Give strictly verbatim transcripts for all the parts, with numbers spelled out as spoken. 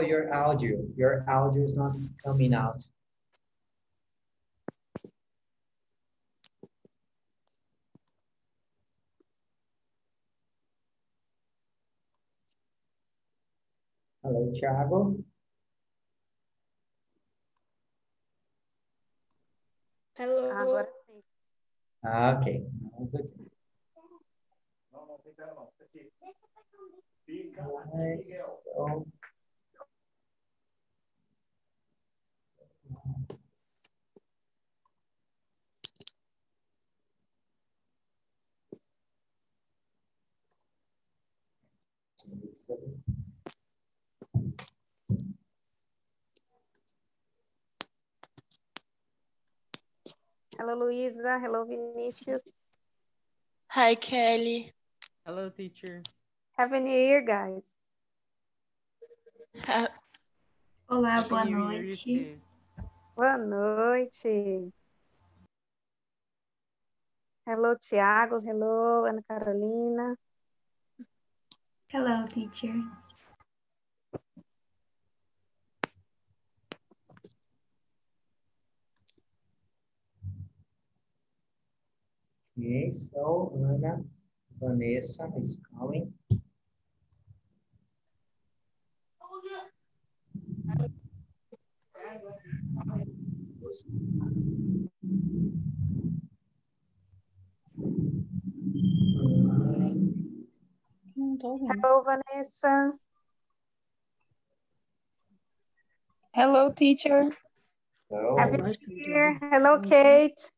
your audio. Your audio is not coming out. Hello, Thiago. Hello. Agora sim. Ah, ok. Vamos aqui. Right, so- Hello, Luisa. Hello, Vinicius. Hi, Kelly. Hello, teacher. Happy New Year, guys. Ha- Olá, Happy boa New Year, you noite. too. Boa noite. Hello, Thiago. Hello, Ana Carolina. Hello, teacher. Okay, so Anna, Vanessa is coming. Não tô ouvindo. Hello, Vanessa. Hello, teacher. So, Happy New Year. Hello, Kate.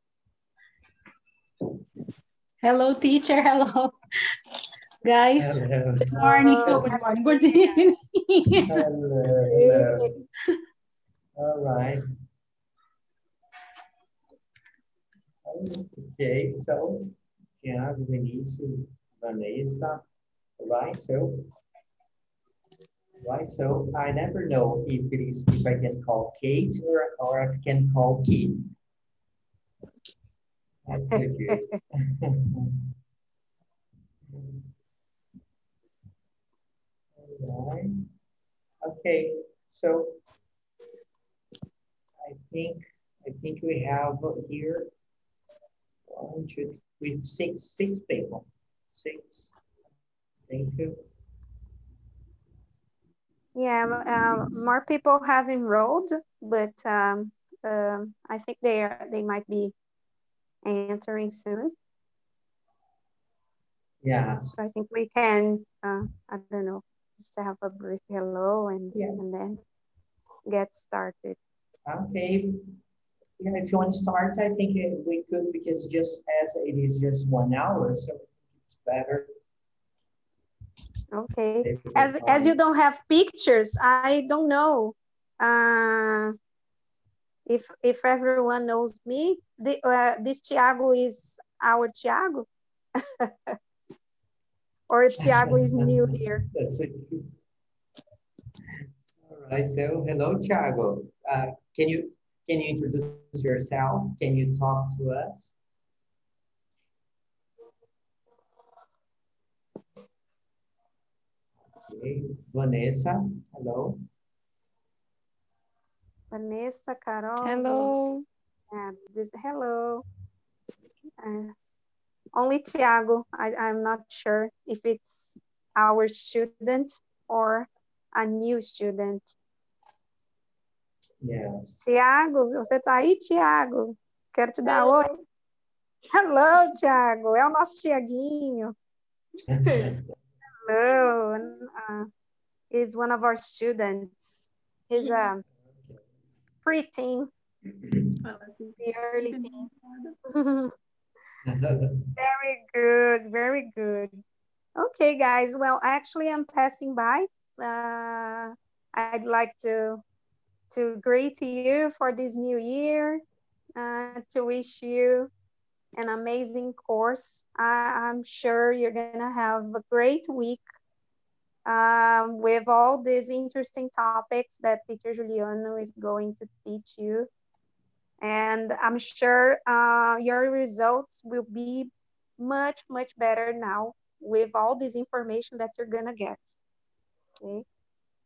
Hello, teacher. Hello, guys. hello. Good morning. Hello. Oh, good morning. Good evening. Hello, hello. All right. Okay, so Tiago, Vinícius, Vanessa, right? So, right? So I never know if it is if I can call Kate or or I can call Kate. That's so good. All right. Okay, so I think I think we have here one, two, three, six, six people. Six. Thank you. Yeah, uh, Six. more people have enrolled, but um, um, I think they are they might be entering soon. Yeah. So I think we can, uh, I don't know, just have a brief hello and Yeah. and then get started. Okay. Yeah, if you want to start, I think it- we could because just as it is just one hour, so it's better. Okay. Take your As as you time. don't have pictures, I don't know uh, if if everyone knows me. The, uh, this Thiago is our Thiago, or Thiago is new here. That's it. All right. So hello, Thiago. Uh, can you can you introduce yourself? Can you talk to us? Okay. Vanessa, hello. Vanessa, Carol. Hello. Uh, this, hello. Uh, only Thiago. I, I'm not sure if it's our student or a new student. Yes. Thiago, você tá aí, Thiago? Quero te dar oi. Hello, Thiago. É o nosso Thiaguinho. Hello. Uh, he's one of our students. He's a pre-teen, the early teen. Very good, very good. Okay, guys. Well, actually, I'm passing by. Uh, I'd like to to greet you for this new year, uh, to wish you an amazing course. I, I'm sure you're gonna have a great week um, with all these interesting topics that Teacher Juliano is going to teach you. And I'm sure uh, your results will be much, much better now with all this information that you're gonna get, okay?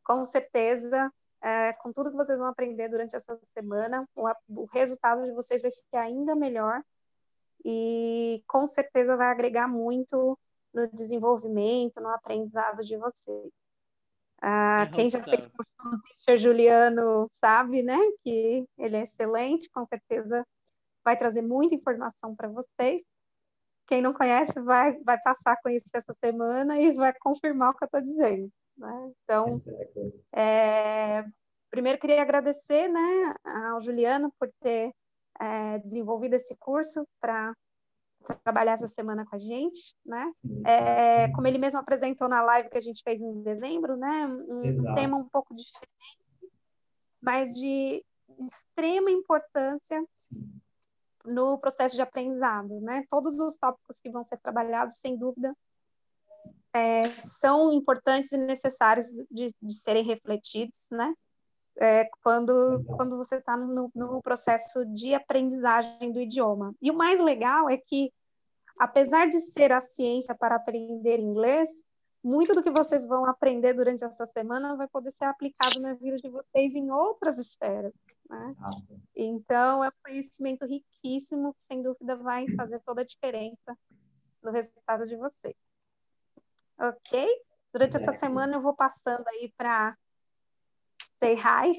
com certeza, é, com tudo que vocês vão aprender durante essa semana, o, o resultado de vocês vai ser ainda melhor e com certeza vai agregar muito no desenvolvimento, no aprendizado de vocês. Ah, quem já fez curso com o teacher Juliano sabe, né, que ele é excelente, com certeza vai trazer muita informação para vocês. Quem não conhece vai, vai passar a conhecer essa semana e vai confirmar o que eu estou dizendo. Né? Então, é, primeiro queria agradecer, né, ao Juliano por ter é, desenvolvido esse curso para trabalhar essa semana com a gente, né? É, como ele mesmo apresentou na live que a gente fez em dezembro, né? Um, um tema um pouco diferente, mas de extrema importância no processo de aprendizado, né? Todos os tópicos que vão ser trabalhados, sem dúvida, é, são importantes e necessários de, de serem refletidos, né? É, quando, quando você está no, no processo de aprendizagem do idioma. E o mais legal é que, apesar de ser a ciência para aprender inglês, muito do que vocês vão aprender durante essa semana vai poder ser aplicado na vida de vocês em outras esferas. Né? Então, é um conhecimento riquíssimo que, sem dúvida, vai fazer toda a diferença no resultado de vocês. Ok? Durante essa semana, eu vou passando aí para say hi.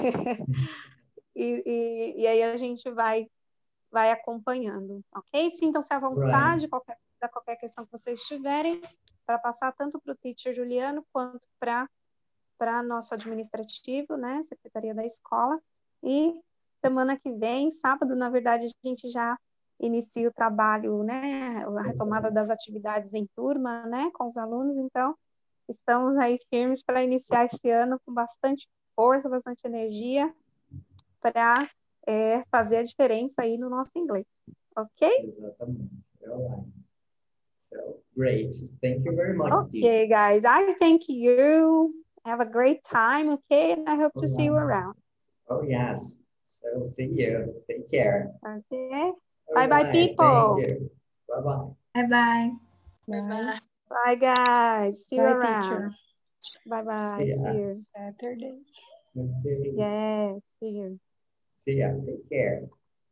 e, e, e aí a gente vai, vai acompanhando, ok? Sintam-se à vontade, qualquer, qualquer questão que vocês tiverem, para passar tanto para o teacher Juliano, quanto para para nosso administrativo, né? Secretaria da Escola. E semana que vem, sábado, na verdade, a gente já inicia o trabalho, né? A retomada das atividades em turma, né? Com os alunos. Então, estamos aí firmes para iniciar esse ano com bastante força, bastante energia, para é, fazer a diferença aí no nosso inglês. Ok? Exatamente. So, great. Thank you very much, Okay, teacher. guys. I thank you. Have a great time, okay? And I hope to Oh, see you around. Oh, yes. So, see you. Take care. Okay. Bye-bye, Right. people. Thank you. Bye-bye. Bye-bye. Bye-bye. Bye, guys. See you Bye, around. teacher. Bye-bye. See See, ya. you. Saturday. Okay. Yeah, see you. See ya. Take care.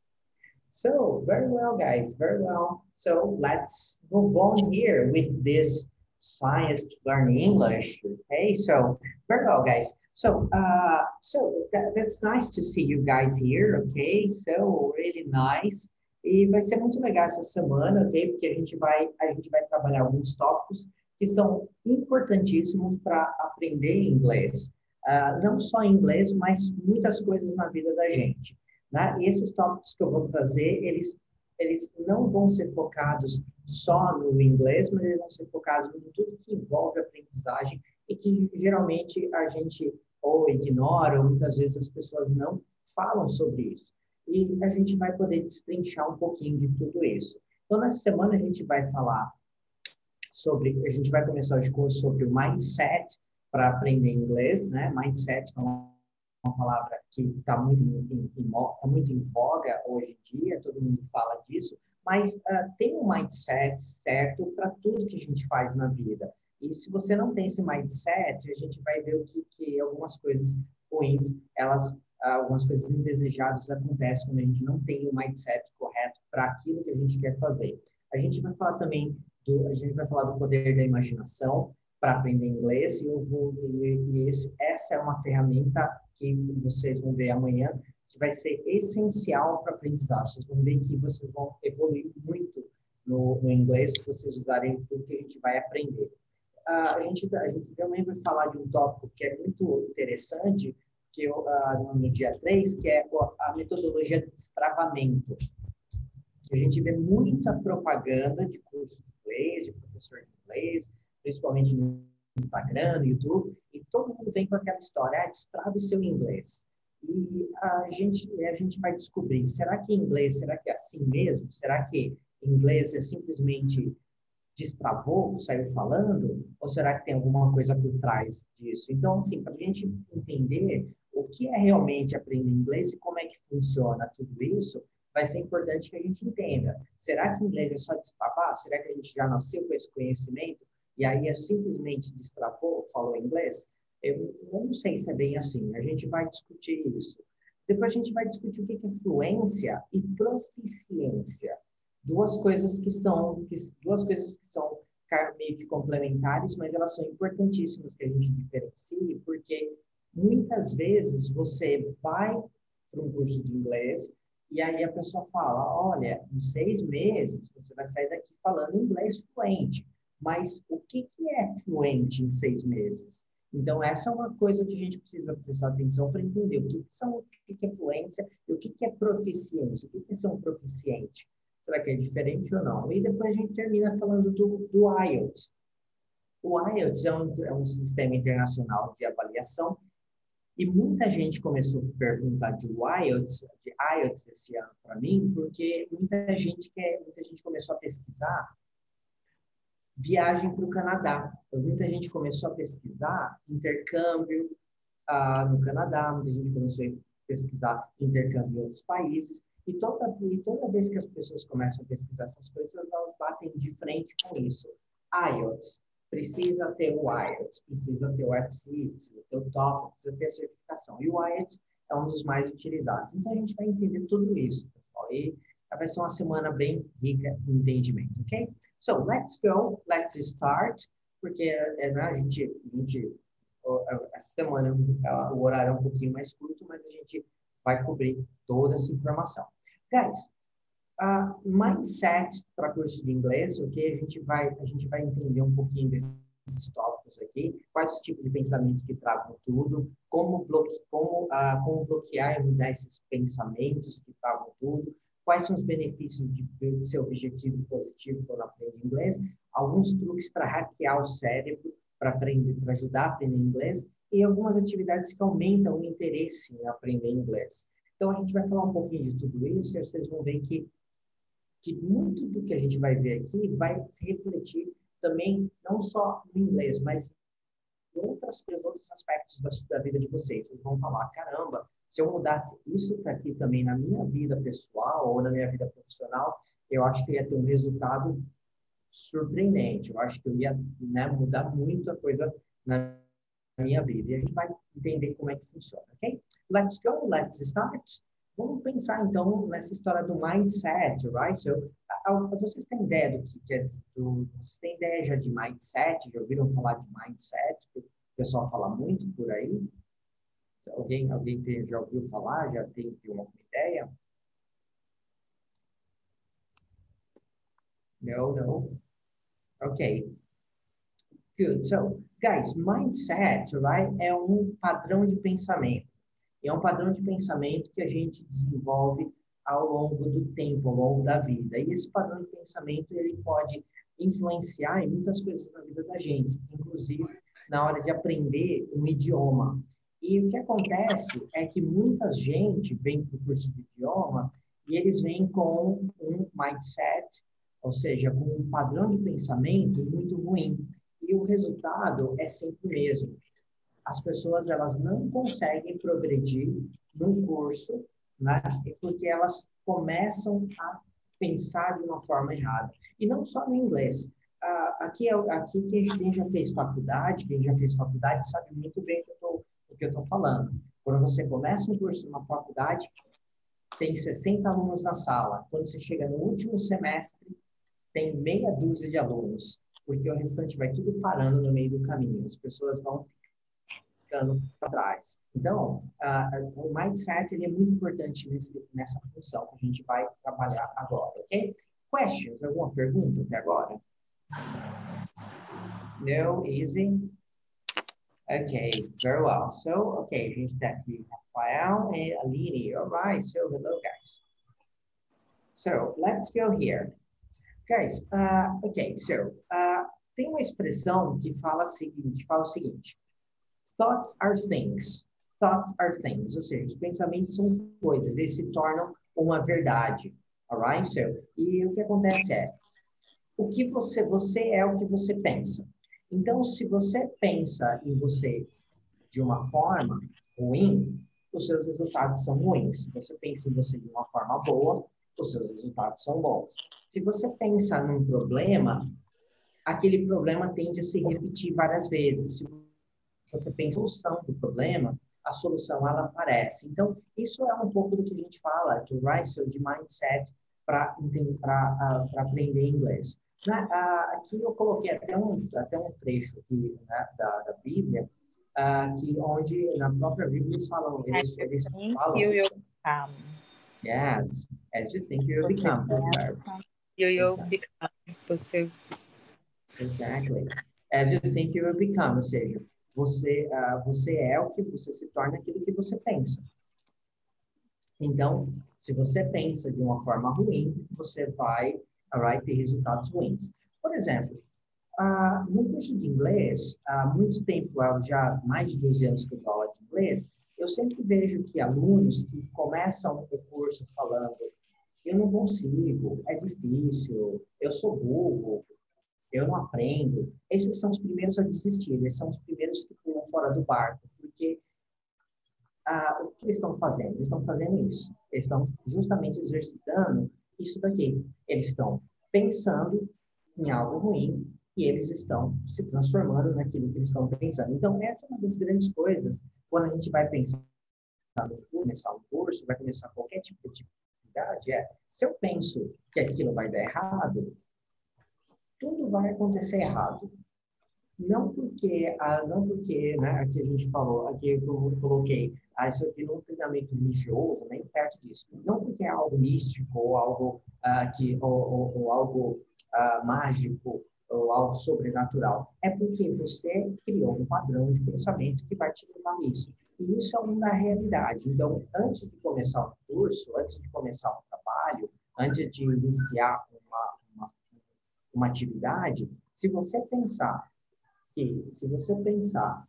So, very well, guys. Very well. So, let's move on here with this science to learn English. Okay. So, very well, guys. So, uh, so that, that's nice to see you guys here. Okay. So, really nice. E vai ser muito legal essa semana, ok? Porque a gente vai, a gente vai trabalhar alguns tópicos que são importantíssimos para aprender inglês. Uh, não só inglês, mas muitas coisas na vida da gente. Né? E esses tópicos que eu vou trazer, eles, eles não vão ser focados só no inglês, mas eles vão ser focados em tudo que envolve aprendizagem e que geralmente a gente ou ignora, ou muitas vezes as pessoas não falam sobre isso. E a gente vai poder destrinchar um pouquinho de tudo isso. Então, nessa semana a gente vai falar sobre, a gente vai começar o curso sobre o mindset para aprender inglês, né? Mindset é uma uma palavra que está muito, tá muito em voga hoje em dia, todo mundo fala disso, mas uh, tem um mindset certo para tudo que a gente faz na vida. E se você não tem esse mindset, a gente vai ver o que, que algumas coisas ruins, elas, uh, algumas coisas indesejadas acontecem quando a gente não tem o mindset correto para aquilo que a gente quer fazer. A gente vai falar também, do, a gente vai falar do poder da imaginação para aprender inglês, e, eu vou, e, e esse, essa é uma ferramenta que vocês vão ver amanhã, que vai ser essencial para a aprendizagem. Vocês vão ver que vocês vão evoluir muito no, no inglês se vocês usarem tudo que a gente vai aprender. Uh, a, gente, a gente também vai falar de um tópico que é muito interessante, que eu, uh, no dia três, que é a metodologia do destravamento. A gente vê muita propaganda de curso de inglês, de professor de inglês, principalmente no Instagram, no YouTube, e todo mundo vem com aquela história, ah, destrave seu inglês. E a gente, a gente vai descobrir, será que inglês, será que é assim mesmo? Será que inglês é simplesmente destravou, saiu falando? Ou será que tem alguma coisa por trás disso? Então, assim, para a gente entender o que é realmente aprender inglês e como é que funciona tudo isso, vai ser importante que a gente entenda. Será que inglês é só destravar? Será que a gente já nasceu com esse conhecimento? E aí é simplesmente destravou, falou inglês? Eu, eu não sei se é bem assim, a gente vai discutir isso. Depois a gente vai discutir o que é fluência e proficiência. Duas coisas que são, que, duas coisas que são meio que complementares, mas elas são importantíssimas que a gente diferencie, porque muitas vezes você vai para um curso de inglês e aí a pessoa fala, olha, em seis meses você vai sair daqui falando inglês fluente. Mas o que, que é fluente em seis meses? Então, essa é uma coisa que a gente precisa prestar atenção para entender o que, que, são, o que, que é fluência e o que, que é proficiência, o que, que é ser um proficiente. Será que é diferente ou não? E depois a gente termina falando do, do I E L T S. O I E L T S é um, é um sistema internacional de avaliação e muita gente começou a perguntar de I E L T S, de I E L T S esse ano para mim, porque muita gente, quer, muita gente começou a pesquisar viagem para o Canadá. Então, muita gente começou a pesquisar intercâmbio ah, no Canadá, muita gente começou a pesquisar intercâmbio em outros países, e toda, e toda vez que as pessoas começam a pesquisar essas coisas, elas batem de frente com isso. I E L T S, precisa ter o I E L T S, precisa ter o F C, precisa ter o TOEFL, precisa ter a certificação. E o I E L T S é um dos mais utilizados. Então, a gente vai entender tudo isso, pessoal. E vai ser uma semana bem rica em entendimento, ok? So, let's go, let's start, porque é, né, a gente, a gente essa semana o horário é um pouquinho mais curto, mas a gente vai cobrir toda essa informação. Guys, uh, mindset para curso de inglês, ok? A gente vai, a gente vai entender um pouquinho desses tópicos aqui, quais os tipos de pensamentos que travam tudo, como, bloque, como, uh, como bloquear e mudar esses pensamentos que travam tudo, quais são os benefícios de, de ser objetivo positivo quando aprende inglês, alguns truques para hackear o cérebro, para aprender, para ajudar a aprender inglês, e algumas atividades que aumentam o interesse em aprender inglês. Então, a gente vai falar um pouquinho de tudo isso, e vocês vão ver que, que muito do que a gente vai ver aqui vai se refletir também, não só no inglês, mas em outras coisas, outros aspectos da, da vida de vocês. Vocês vão falar, caramba, se eu mudasse isso aqui também na minha vida pessoal ou na minha vida profissional, eu acho que ia ter um resultado surpreendente. Eu acho que eu ia, né, mudar muita coisa na minha vida. E a gente vai entender como é que funciona, ok? Let's go, let's start. Vamos pensar, então, nessa história do mindset, right? So, vocês têm ideia do que é, do, vocês têm ideia já de mindset? Já ouviram falar de mindset? O pessoal fala muito por aí. Alguém, alguém tem, já ouviu falar? Já tem, tem uma ideia? No, no. Okay. Good. So, guys, mindset, right, é um padrão de pensamento. E é um padrão de pensamento que a gente desenvolve ao longo do tempo, ao longo da vida. E esse padrão de pensamento, ele pode influenciar em muitas coisas na vida da gente, inclusive na hora de aprender um idioma. E o que acontece é que muita gente vem para o curso de idioma e eles vêm com um mindset, ou seja, com um padrão de pensamento muito ruim. E o resultado é sempre o mesmo. As pessoas, elas não conseguem progredir no curso, né? Porque elas começam a pensar de uma forma errada. E não só no inglês. Uh, aqui, aqui quem já fez faculdade, quem já fez faculdade sabe muito bem o que eu tô, o que eu estou falando. Quando você começa um curso numa faculdade, tem sessenta alunos na sala. Quando você chega no último semestre, tem meia dúzia de alunos, porque o restante vai tudo parando no meio do caminho. As pessoas vão ficando para trás. Então, uh, o mindset ele é muito importante nesse, nessa função que a gente vai trabalhar agora, ok? Questions? Alguma pergunta até agora? No? Easy? Okay, very well. So, okay, a gente tem aqui Rafael e Aline. All right, so hello, guys. So, let's go here. Guys, uh, okay, so, uh, tem uma expressão que fala, seguinte, fala o seguinte, thoughts are things. Thoughts are things, ou seja, os pensamentos são coisas, eles se tornam uma verdade, alright? So, e o que acontece é, o que você, você é o que você pensa. Então, se você pensa em você de uma forma ruim, os seus resultados são ruins. Se você pensa em você de uma forma boa, os seus resultados são bons. Se você pensa num problema, aquele problema tende a se repetir várias vezes. Se você pensa na solução do problema, a solução ela aparece. Então, isso é um pouco do que a gente fala, de right, de mindset para aprender inglês. Na, a, aqui eu coloquei até um, até um trecho aqui, né, da, da Bíblia, uh, que onde na própria Bíblia eles falam, eles, eles falam you will isso. become. Yes, as you think you will Você become. pensa, you will become. Você... Exactly. As you think you will become, ou seja, você, uh, você é o que você se torna aquilo que você pensa. Então, se você pensa de uma forma ruim, você vai right, ter resultados ruins. Por exemplo, uh, no curso de inglês, há muito tempo, já mais de doze anos que eu dou aula de inglês, eu sempre vejo que alunos que começam o curso falando eu não consigo, é difícil, eu sou burro, eu não aprendo. Esses são os primeiros a desistir, eles são os primeiros que pulam fora do barco, porque ah, o que eles estão fazendo? Eles estão fazendo isso. Eles estão justamente exercitando isso daqui. Eles estão pensando em algo ruim e eles estão se transformando naquilo que eles estão pensando. Então, essa é uma das grandes coisas quando a gente vai pensar no começar um curso, vai começar qualquer tipo de atividade, é, se eu penso que aquilo vai dar errado, tudo vai acontecer errado. Não porque, ah, não porque, né, aqui a gente falou, aqui eu coloquei, ah, isso aqui não é um treinamento religioso, nem perto disso. Não porque é algo místico, ou algo, ah, que, ou, ou, ou algo ah, mágico, ou algo sobrenatural. É porque você criou um padrão de pensamento que vai te levar nisso. E isso é uma realidade. Então, antes de começar um curso, antes de começar um trabalho, antes de iniciar uma, uma, uma atividade, se você pensar que se você pensar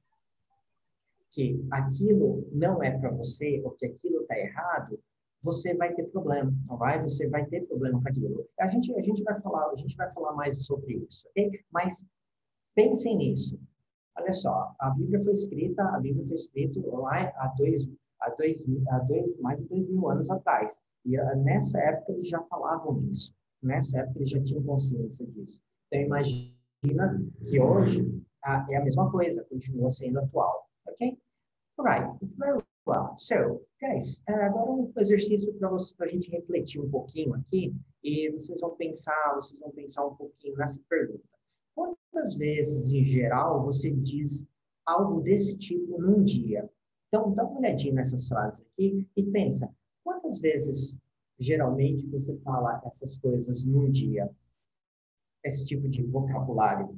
que aquilo não é para você, ou que aquilo está errado, você vai ter problema, não vai? Você vai ter problema com aquilo. A gente, a gente vai falar, a gente vai falar mais sobre isso, ok? Mas pensem nisso. Olha só, a Bíblia foi escrita, a Bíblia foi escrita lá há dois, há dois, há dois, mais de dois mil anos atrás. E nessa época eles já falavam disso. Nessa época eles já tinham consciência disso. Então imagina que hoje ah, é a mesma coisa, continua sendo atual, ok? Alright, very well. So, guys, uh, agora um exercício para a gente refletir um pouquinho aqui e vocês vão pensar, vocês vão pensar um pouquinho nessa pergunta. Quantas vezes, em geral, você diz algo desse tipo num dia? Então, dá uma olhadinha nessas frases aqui e pensa, quantas vezes, geralmente, você fala essas coisas num dia? Esse tipo de vocabulário.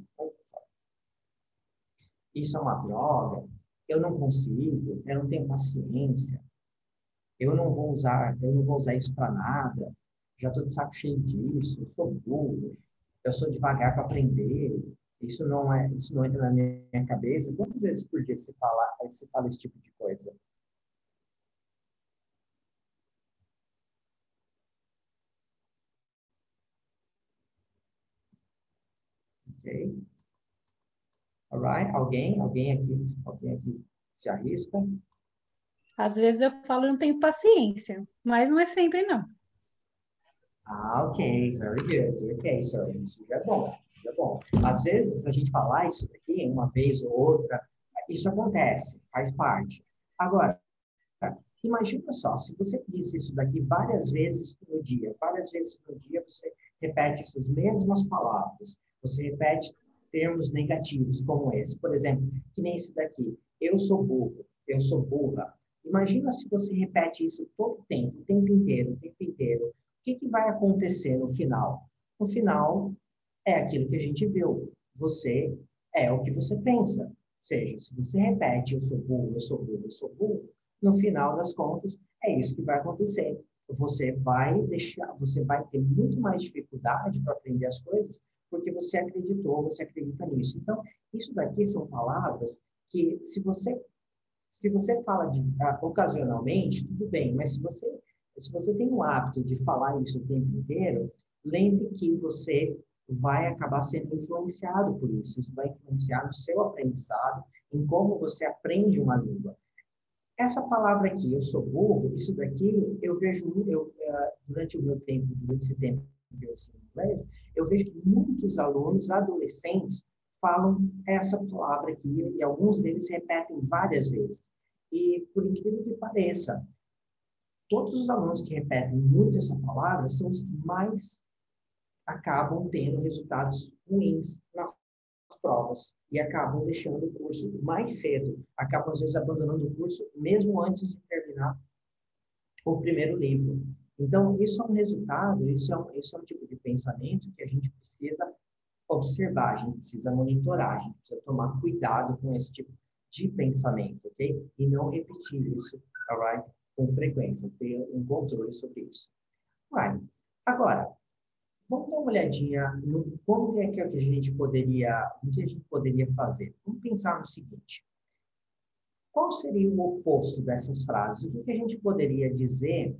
Isso é uma droga, eu não consigo, eu não tenho paciência, eu não vou usar, eu não vou usar isso para nada, já estou de saco cheio disso, eu sou burro, eu sou devagar para aprender, isso não é, isso não entra na minha cabeça. Quantas vezes por dia você fala, você fala esse tipo de coisa? Ok? Alright? Alguém? Alguém aqui? Alguém aqui se arrisca? Às vezes eu falo, não tenho paciência, mas não é sempre, não. Ah, ok. Very good. Ok, so isso já é bom. Isso já é bom. Às vezes a gente falar isso aqui uma vez ou outra, isso acontece, faz parte. Agora, imagina só, se você diz isso daqui várias vezes no dia, várias vezes no dia você repete essas mesmas palavras, você repete termos negativos como esse, por exemplo, que nem esse daqui, eu sou burro, eu sou burra. Imagina se você repete isso todo o tempo, o tempo inteiro, o tempo inteiro. O que, que vai acontecer no final? No final, é aquilo que a gente viu. Você é o que você pensa. Ou seja, se você repete, eu sou burro, eu sou burro, eu sou burro, no final das contas, é isso que vai acontecer. Você vai deixar, você vai ter muito mais dificuldade para aprender as coisas, porque você acreditou, você acredita nisso. Então, isso daqui são palavras que, se você, se você fala de, ah, ocasionalmente, tudo bem, mas se você, se você tem o hábito de falar isso o tempo inteiro, lembre que você vai acabar sendo influenciado por isso. Isso vai influenciar no seu aprendizado, em como você aprende uma língua. Essa palavra aqui, eu sou burro, isso daqui, eu vejo, eu, durante o meu tempo, durante esse tempo que eu ensino inglês, eu vejo que muitos alunos, adolescentes, falam essa palavra aqui, e alguns deles repetem várias vezes. E, por incrível que pareça, todos os alunos que repetem muito essa palavra são os que mais acabam tendo resultados ruins nas provas e acabam deixando o curso mais cedo, acabam às vezes abandonando o curso mesmo antes de terminar o primeiro livro. Então, isso é um resultado, isso é um, isso é um tipo de pensamento que a gente precisa observar, a gente precisa monitorar, a gente precisa tomar cuidado com esse tipo de pensamento, ok? E não repetir isso, alright? Com frequência, ter um controle sobre isso. Right. Agora, vamos dar uma olhadinha no como é que a gente poderia, o que a gente poderia fazer. Vamos pensar no seguinte: qual seria o oposto dessas frases? O que a gente poderia dizer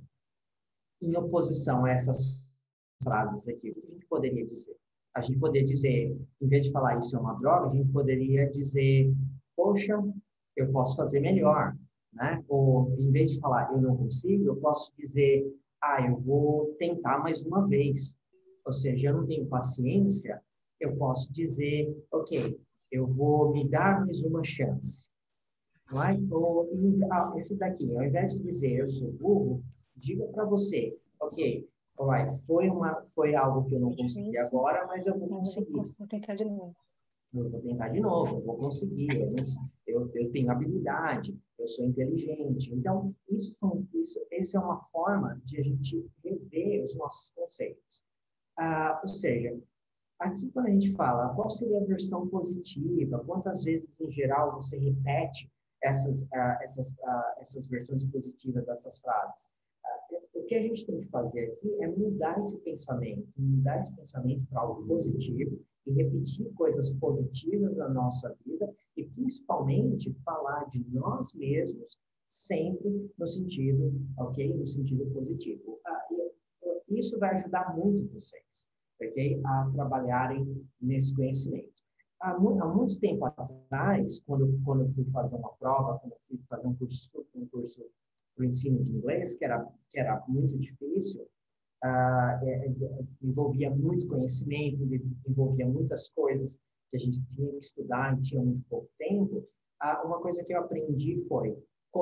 em oposição a essas frases aqui? O que a gente poderia dizer? A gente poderia dizer, em vez de falar isso é uma droga, a gente poderia dizer, poxa, eu posso fazer melhor, né? Ou, em vez de falar eu não consigo, eu posso dizer, ah, eu vou tentar mais uma vez. Ou seja, eu não tenho paciência, eu posso dizer, ok, eu vou me dar mais uma chance. Right? Ou, ah, esse daqui, ao invés de dizer eu sou burro, diga para você, ok, alright, foi, uma, foi algo que eu não consegui agora, mas eu vou conseguir. Vou tentar de novo. Eu vou tentar de novo, eu vou conseguir, eu, não, eu, eu tenho habilidade, eu sou inteligente. Então, isso, isso, isso é uma forma de a gente rever os nossos conceitos. Ah, ou seja, aqui quando a gente fala qual seria a versão positiva, quantas vezes em geral você repete essas, uh, essas, uh, essas versões positivas dessas frases. Uh, o que a gente tem que fazer aqui é mudar esse pensamento, mudar esse pensamento para algo positivo e repetir coisas positivas na nossa vida e principalmente falar de nós mesmos sempre no sentido, ok? No sentido positivo. Uh, isso vai ajudar muito vocês, ok? A trabalharem nesse conhecimento. Há muito, há muito tempo atrás, quando, quando eu fui fazer uma prova, quando eu fui fazer um curso, um curso para o ensino de inglês, que era, que era muito difícil, uh, é, envolvia muito conhecimento, envolvia muitas coisas que a gente tinha que estudar e tinha muito pouco tempo. Uh, uma coisa que eu aprendi foi,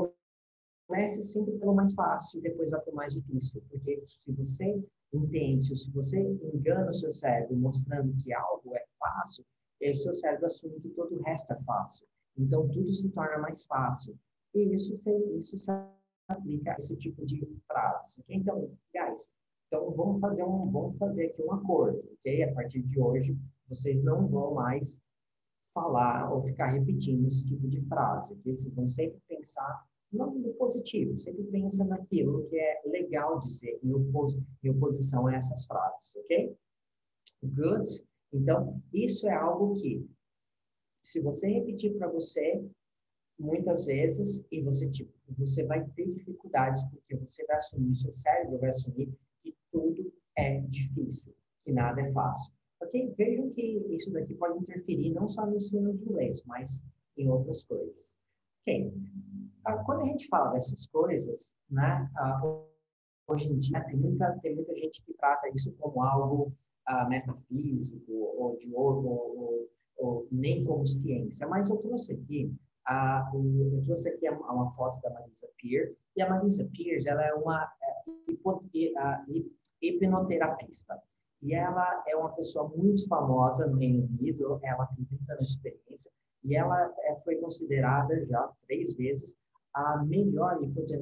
comece sempre pelo mais fácil e depois vai para o mais difícil, porque se você entende, se você engana o seu cérebro mostrando que algo é fácil, e o seu cérebro assume que todo o resto é fácil. Então, tudo se torna mais fácil. E isso, isso se aplica a esse tipo de frase. Okay? Então, guys, então vamos fazer, um, vamos fazer aqui um acordo. Okay? A partir de hoje, vocês não vão mais falar ou ficar repetindo esse tipo de frase. Okay? Vocês vão sempre pensar não no positivo, sempre pensa naquilo que é legal dizer em, opos em oposição a essas frases. Ok? Good. Então, isso é algo que, se você repetir para você, muitas vezes, e você, tipo, você vai ter dificuldades, porque você vai assumir, seu cérebro vai assumir que tudo é difícil, que nada é fácil. Ok? Vejam que isso daqui pode interferir não só no ensino de inglês, mas em outras coisas. Ok? Ah, quando a gente fala dessas coisas, né, ah, hoje em dia tem muita, tem muita gente que trata isso como algo Uh, metafísico, ou de outro, ou, ou, ou nem como ciência, mas eu trouxe aqui, uh, eu trouxe aqui uma, uma foto da Marisa Peer, e a Marisa Peer, ela é uma uh, hipo, uh, hipnoterapista, e ela é uma pessoa muito famosa no Reino Unido, ela tem trinta anos de experiência, e ela uh, foi considerada já três vezes a melhor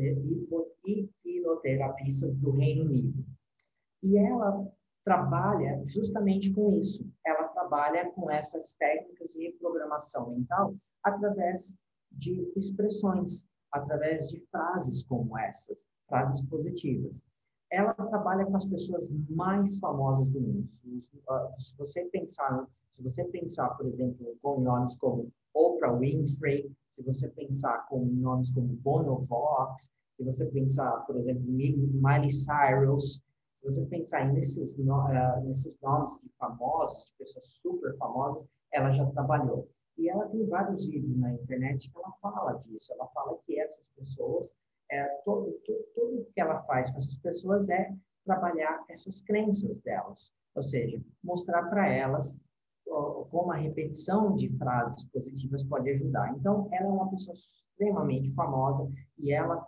hipnoterapista do Reino Unido. E ela trabalha justamente com isso. Ela trabalha com essas técnicas de reprogramação mental através de expressões, através de frases como essas, frases positivas. Ela trabalha com as pessoas mais famosas do mundo. Se você pensar, se você pensar, por exemplo, com nomes como Oprah Winfrey, se você pensar com nomes como Bono Vox, se você pensar, por exemplo, Miley Cyrus, se você pensar nesses, uh, nesses nomes de famosos, de pessoas super famosas, ela já trabalhou. E ela tem vários vídeos na internet que ela fala disso. Ela fala que essas pessoas, é, todo, todo, tudo que ela faz com essas pessoas é trabalhar essas crenças delas. Ou seja, mostrar para elas como a repetição de frases positivas pode ajudar. Então, ela é uma pessoa extremamente famosa e ela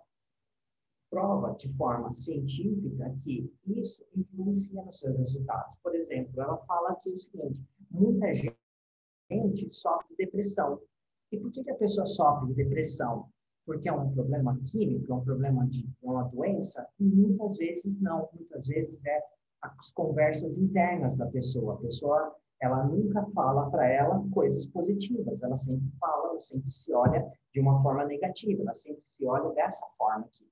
prova de forma científica que isso influencia nos seus resultados. Por exemplo, ela fala aqui o seguinte: muita gente sofre de depressão. E por que que a pessoa sofre de depressão? Porque é um problema químico, é um problema de uma doença? Muitas vezes não. Muitas vezes é as conversas internas da pessoa. A pessoa, ela nunca fala para ela coisas positivas. Ela sempre fala, ela sempre se olha de uma forma negativa. Ela sempre se olha dessa forma aqui.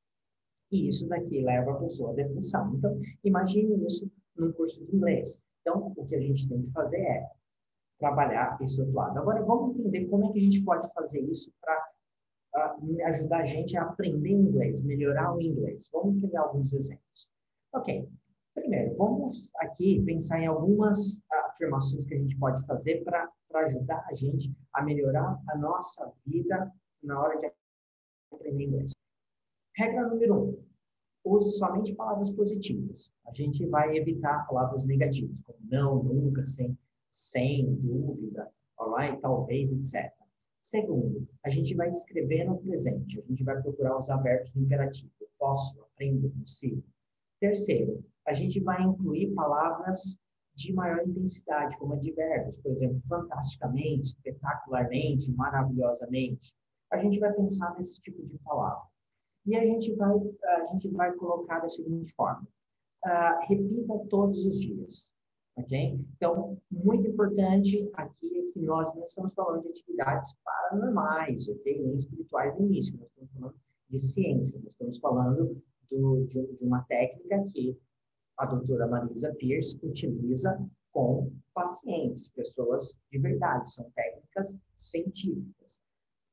E isso daqui leva a pessoa à depressão. Então, imagine isso num curso de inglês. Então, o que a gente tem que fazer é trabalhar esse outro lado. Agora, vamos entender como é que a gente pode fazer isso para uh, ajudar a gente a aprender inglês, melhorar o inglês. Vamos pegar alguns exemplos. Ok. Primeiro, vamos aqui pensar em algumas uh, afirmações que a gente pode fazer para ajudar a gente a melhorar a nossa vida na hora de aprender inglês. Regra número um, use somente palavras positivas. A gente vai evitar palavras negativas, como não, nunca, sem, sem, dúvida, alright, talvez, etcétera. Segundo, a gente vai escrever no presente. A gente vai procurar usar verbos no imperativo. Eu posso, aprendo, consigo. Terceiro, a gente vai incluir palavras de maior intensidade, como advérbios, por exemplo, fantasticamente, espetacularmente, maravilhosamente. A gente vai pensar nesse tipo de palavra. E a gente vai, a gente vai colocar da seguinte forma. Uh, repita todos os dias. Ok? Então, muito importante aqui é que nós não estamos falando de atividades paranormais, ok? Nem espirituais no início. Nós estamos falando de ciência. Nós estamos falando do, de, de uma técnica que a doutora Marisa Peer utiliza com pacientes, pessoas de verdade. São técnicas científicas.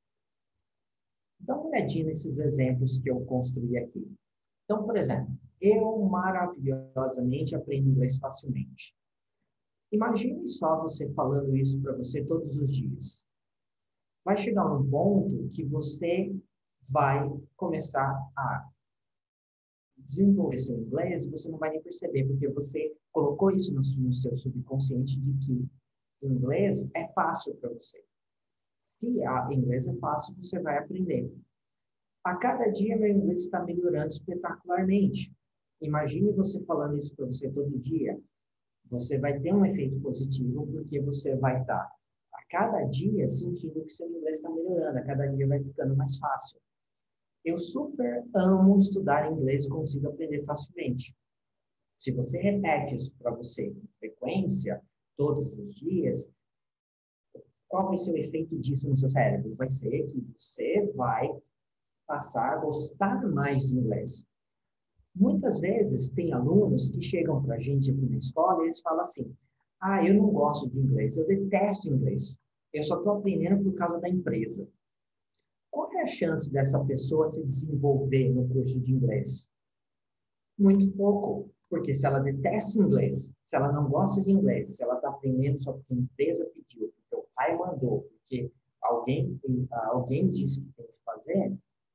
Dá uma olhadinha nesses exemplos que eu construí aqui. Então, por exemplo, eu maravilhosamente aprendo inglês facilmente. Imagine só você falando isso para você todos os dias. Vai chegar um ponto que você vai começar a desenvolver seu inglês e você não vai nem perceber, porque você colocou isso no, no seu subconsciente de que inglês é fácil para você. Se a inglês é fácil, você vai aprender. A cada dia, meu inglês está melhorando espetacularmente. Imagine você falando isso para você todo dia. Você vai ter um efeito positivo, porque você vai estar, a cada dia, sentindo que seu inglês está melhorando. A cada dia vai ficando mais fácil. Eu super amo estudar inglês e consigo aprender facilmente. Se você repete isso para você com frequência, todos os dias, qual vai ser o efeito disso no seu cérebro? Vai ser que você vai passar a gostar mais de inglês. Muitas vezes tem alunos que chegam para a gente aqui na escola e eles falam assim: ah, eu não gosto de inglês, eu detesto inglês. Eu só estou aprendendo por causa da empresa. Qual é a chance dessa pessoa se desenvolver no curso de inglês? Muito pouco. Porque se ela detesta inglês, se ela não gosta de inglês, se ela está aprendendo só porque a empresa pediu, porque o pai mandou, porque alguém, alguém disse que tem que fazer,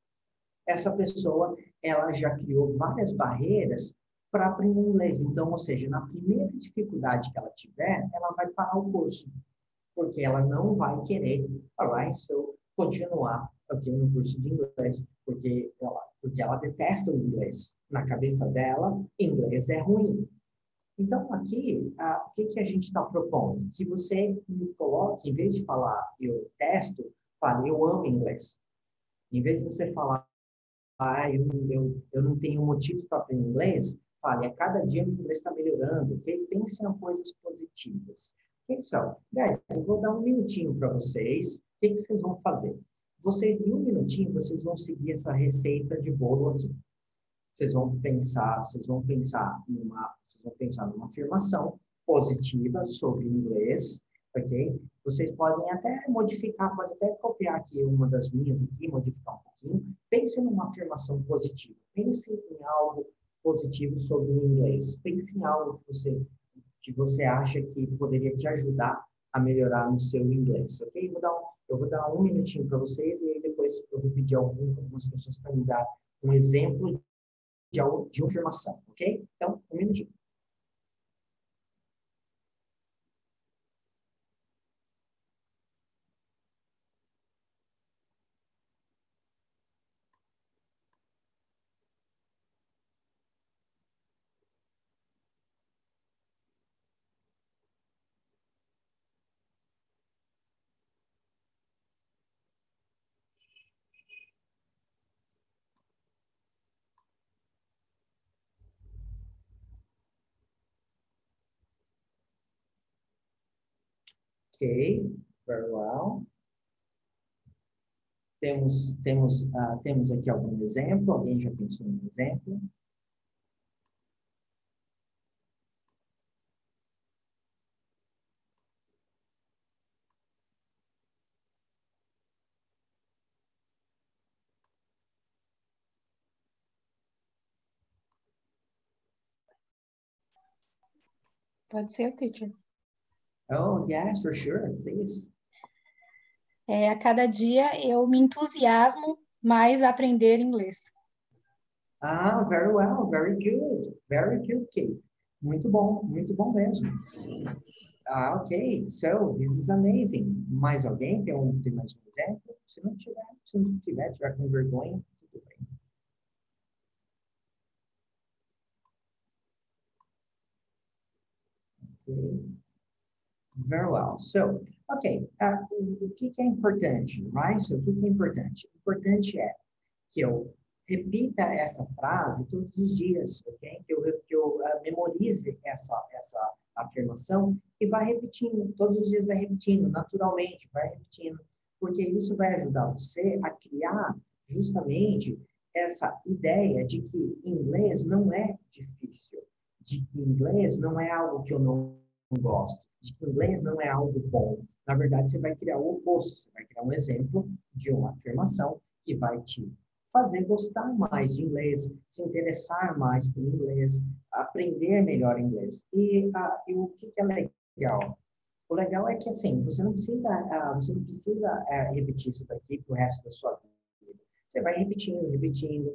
essa pessoa ela já criou várias barreiras para aprender inglês. Então, ou seja, na primeira dificuldade que ela tiver, ela vai parar o curso, porque ela não vai querer, alright, so, continuar aqui no curso de inglês, porque ela, porque ela detesta o inglês. Na cabeça dela, inglês é ruim. Então, aqui, a, o que, que a gente está propondo? Que você me coloque, em vez de falar eu testo, fale eu amo inglês. Em vez de você falar ah, eu, eu, eu não tenho motivo para aprender inglês, fale, a cada dia o inglês está melhorando, ok? Pense em coisas positivas. Ok, pessoal? Guys, eu vou dar um minutinho para vocês. O que, que vocês vão fazer? Vocês, em um minutinho, vocês vão seguir essa receita de bolo aqui. Vocês vão pensar, vocês vão pensar numa, vocês vão pensar numa afirmação positiva sobre o inglês, ok? Vocês podem até modificar, pode até copiar aqui uma das minhas aqui, modificar um pouquinho. Pense numa afirmação positiva. Pense em algo positivo sobre o inglês. Pense em algo que você, que você acha que poderia te ajudar a melhorar no seu inglês, ok? Eu vou dar um, eu vou dar um minutinho para vocês e aí depois eu vou pedir algum, algumas pessoas para me dar um exemplo de, de uma afirmação, ok? Então, um minutinho. Ok, very well. Temos, temos, uh, temos aqui algum exemplo? Alguém já pensou em um exemplo? Pode ser o teacher. Oh, yes, for sure, please. É, a cada dia eu me entusiasmo mais a aprender inglês. Ah, very well, very good, very good, Kate. Muito bom, muito bom mesmo. Ah, ok, so this is amazing. Mais alguém? Tem, um, tem mais um exemplo? Se não tiver, se não tiver, tiver com vergonha, tudo bem. Okay. Very well. So, ok, uh, o, o que, que é importante, right? So, o que, que é importante? O importante é que eu repita essa frase todos os dias, ok? Que eu, que eu uh, memorize essa, essa afirmação e vai repetindo, todos os dias vai repetindo, naturalmente, vai repetindo, porque isso vai ajudar você a criar justamente essa ideia de que inglês não é difícil, de que inglês não é algo que eu não gosto, de que inglês não é algo bom. Na verdade, você vai criar o oposto, você vai criar um exemplo de uma afirmação que vai te fazer gostar mais de inglês, se interessar mais por inglês, aprender melhor inglês. E, uh, e o que, que é legal? O legal é que, assim, você não precisa, uh, você não precisa uh, repetir isso daqui pro resto da sua vida. Você vai repetindo, repetindo,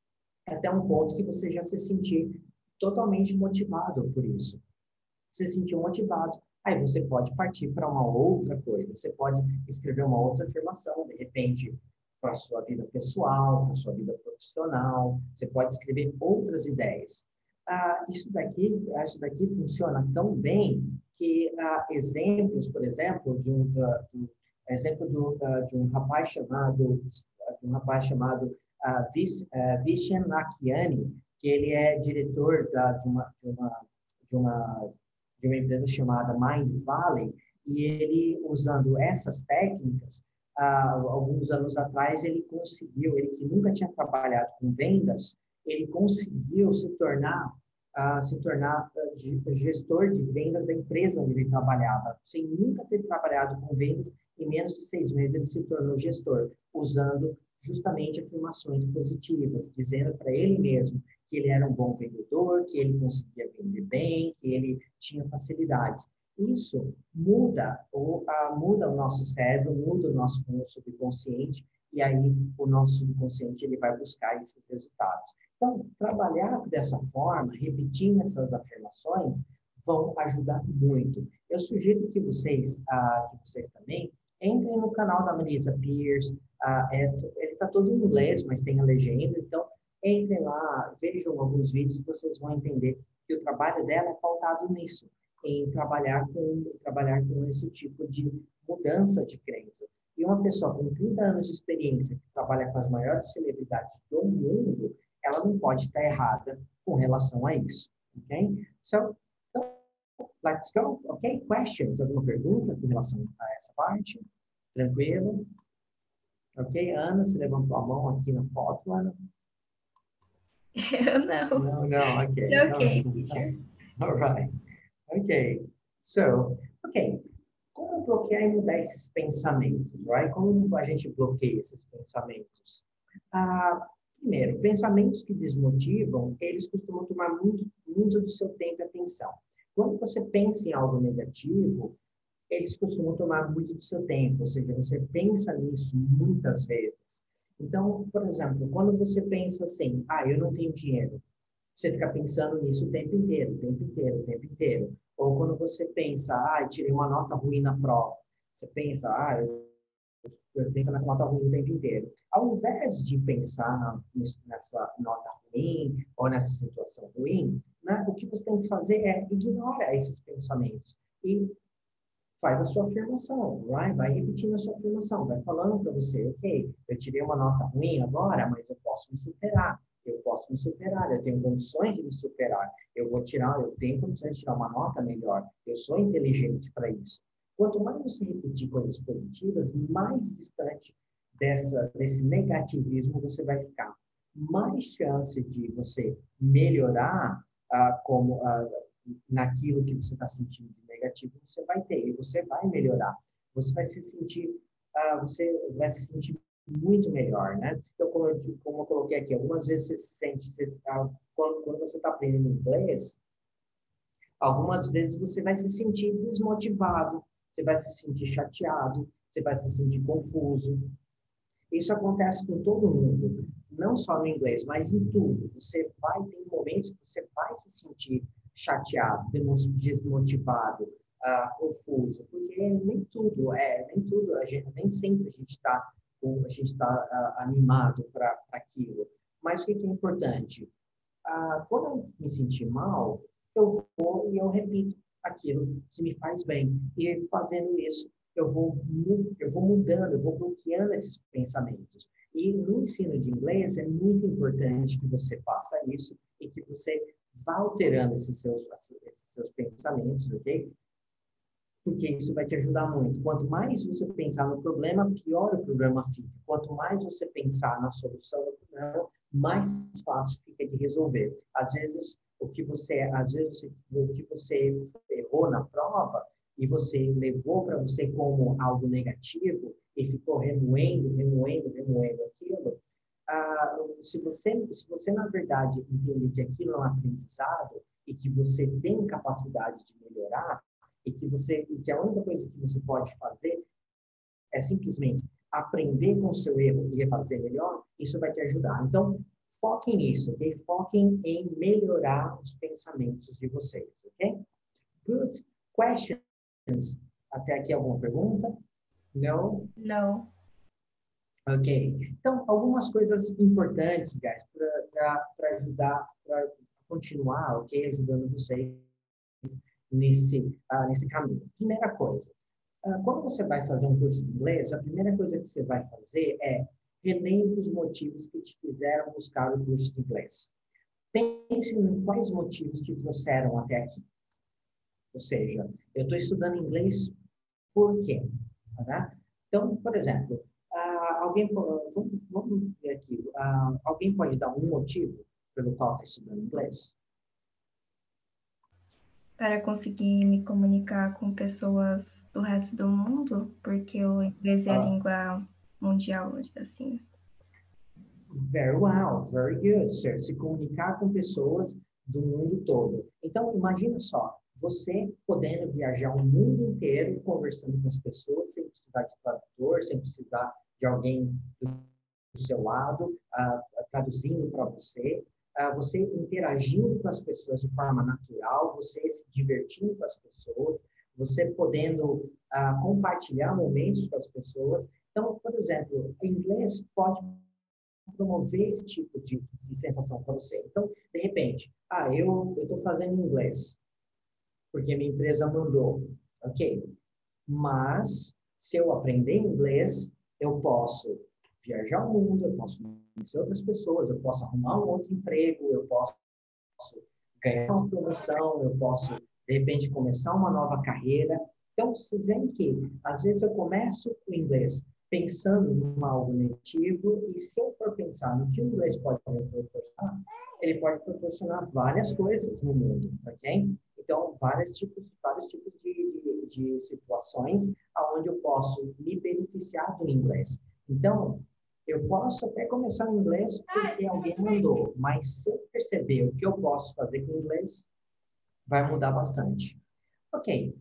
até um ponto que você já se sentir totalmente motivado por isso. Você se sentiu motivado, aí você pode partir para uma outra coisa. Você pode escrever uma outra afirmação, de repente, para a sua vida pessoal, para a sua vida profissional. Você pode escrever outras ideias. Ah, isso daqui, isso daqui funciona tão bem que ah, exemplos, por exemplo, de um, uh, um exemplo do, uh, de um rapaz chamado, de um rapaz chamado uh, Vis, uh, Vishen Lakhiani, que ele é diretor da, de uma, de uma, de uma de uma empresa chamada Mind Valley, e ele, usando essas técnicas, ah, alguns anos atrás, ele conseguiu, ele que nunca tinha trabalhado com vendas, ele conseguiu se tornar, ah, se tornar gestor de vendas da empresa onde ele trabalhava. Sem nunca ter trabalhado com vendas, em menos de seis meses ele se tornou gestor, usando justamente afirmações positivas, dizendo para ele mesmo que ele era um bom vendedor, que ele conseguia vender bem, que ele tinha facilidades. Isso muda o, a, muda o nosso cérebro, muda o nosso subconsciente, e aí o nosso subconsciente ele vai buscar esses resultados. Então, trabalhar dessa forma, repetindo essas afirmações, vão ajudar muito. Eu sugiro que vocês, ah, que vocês também entrem no canal da Marisa Pierce. Ah, é, ele está todo em inglês, mas tem a legenda, então entrem lá, vejam alguns vídeos e vocês vão entender que o trabalho dela é pautado nisso, em trabalhar com, trabalhar com esse tipo de mudança de crença. E uma pessoa com trinta anos de experiência, que trabalha com as maiores celebridades do mundo, ela não pode estar errada com relação a isso. Ok? So, so let's go. Ok? Questions? Alguma pergunta com relação a essa parte? Tranquilo? Ok, Ana, você levantou a mão aqui na foto, Ana? Eu não. No, no, okay. Okay, no. teacher. All right. Okay. So, okay. Como bloquear e mudar esses pensamentos, right? Como a gente bloqueia esses pensamentos? Ah, primeiro, pensamentos que desmotivam, eles costumam tomar muito, muito do seu tempo e atenção. Quando você pensa em algo negativo, eles costumam tomar muito do seu tempo, ou seja, você pensa nisso muitas vezes. Então, por exemplo, quando você pensa assim, ah, eu não tenho dinheiro, você fica pensando nisso o tempo inteiro, o tempo inteiro, o tempo inteiro. Ou quando você pensa, ah, eu tirei uma nota ruim na prova, você pensa, ah, eu, eu penso nessa nota ruim o tempo inteiro. Ao invés de pensar nessa nota ruim ou nessa situação ruim, né, o que você tem que fazer é ignorar esses pensamentos e faz a sua afirmação, right? Vai repetindo a sua afirmação, vai falando para você, ok, eu tirei uma nota ruim agora, mas eu posso me superar, eu posso me superar, eu tenho condições de me superar, eu vou tirar, eu tenho condições de tirar uma nota melhor, eu sou inteligente para isso. Quanto mais você repetir coisas positivas, mais distante dessa, desse negativismo você vai ficar. Mais chance de você melhorar ah, como, ah, naquilo que você está sentindo de negativo, você vai ter, e você vai melhorar. Você vai se sentir, ah, você vai se sentir muito melhor, né? Então, como eu, como eu coloquei aqui, algumas vezes você se sente, você, ah, quando, quando você está aprendendo inglês, algumas vezes você vai se sentir desmotivado, você vai se sentir chateado, você vai se sentir confuso. Isso acontece com todo mundo, não só no inglês, mas em tudo. Você vai ter momentos que você vai se sentir chateado, desmotivado, uh, confuso, porque nem tudo é, nem tudo, a gente, nem sempre a gente está a gente está uh, animado para aquilo. Mas o que, que é importante? Uh, quando eu me sentir mal, eu vou e eu repito aquilo que me faz bem. E fazendo isso, eu vou, eu vou mudando, eu vou bloqueando esses pensamentos. E no ensino de inglês é muito importante que você faça isso e que você vá alterando esses seus, esses seus pensamentos, ok? Porque isso vai te ajudar muito. Quanto mais você pensar no problema, pior o problema fica. Quanto mais você pensar na solução do problema, mais fácil fica de resolver. Às vezes, o que você, às vezes, o que você errou na prova e você levou para você como algo negativo e ficou remoendo, remoendo, remoendo aquilo, ah, se você, se você, na verdade, entender que aquilo é um aprendizado e que você tem capacidade de melhorar, e que, você, e que a única coisa que você pode fazer é simplesmente aprender com o seu erro e fazer melhor, isso vai te ajudar. Então, foquem nisso, ok? Foquem em melhorar os pensamentos de vocês, ok? Good questions. Até aqui alguma pergunta? Não? Não. Ok. Então, algumas coisas importantes, guys, para ajudar, para continuar, ok? Ajudando vocês nesse, uh, nesse caminho. Primeira coisa, uh, quando você vai fazer um curso de inglês, a primeira coisa que você vai fazer é relembre os motivos que te fizeram buscar o curso de inglês. Pense em quais motivos te trouxeram até aqui. Ou seja, eu estou estudando inglês por quê? Tá? Então, por exemplo, uh, alguém, vamos, vamos ver aqui, uh, alguém pode dar um motivo pelo qual está estudando inglês? Para conseguir me comunicar com pessoas do resto do mundo, porque o inglês é a Ah. língua mundial, assim. Very well, very good, sir. Se comunicar com pessoas do mundo todo. Então, imagina só, você podendo viajar o mundo inteiro conversando com as pessoas, sem precisar de tradutor, sem precisar de alguém do seu lado, uh, traduzindo para você. Uh, você interagindo com as pessoas de forma natural, você se divertindo com as pessoas, você podendo uh, compartilhar momentos com as pessoas. Então, por exemplo, o inglês pode promover esse tipo de, de sensação para você. Então, de repente, ah, eu estou fazendo inglês porque minha empresa mandou, ok? Mas, se eu aprender inglês, eu posso viajar o mundo, eu posso conhecer outras pessoas, eu posso arrumar um outro emprego, eu posso ganhar uma promoção, eu posso, de repente, começar uma nova carreira. Então, você vê que, às vezes, eu começo o inglês pensando em algo negativo, e se eu for pensar no que o inglês pode proporcionar, ele pode proporcionar várias coisas no mundo, ok? Então, vários tipos, vários tipos de, de, de situações onde eu posso me beneficiar do inglês. Então, eu posso até começar em inglês porque alguém mandou, mas se eu perceber o que eu posso fazer com inglês, vai mudar bastante. Ok.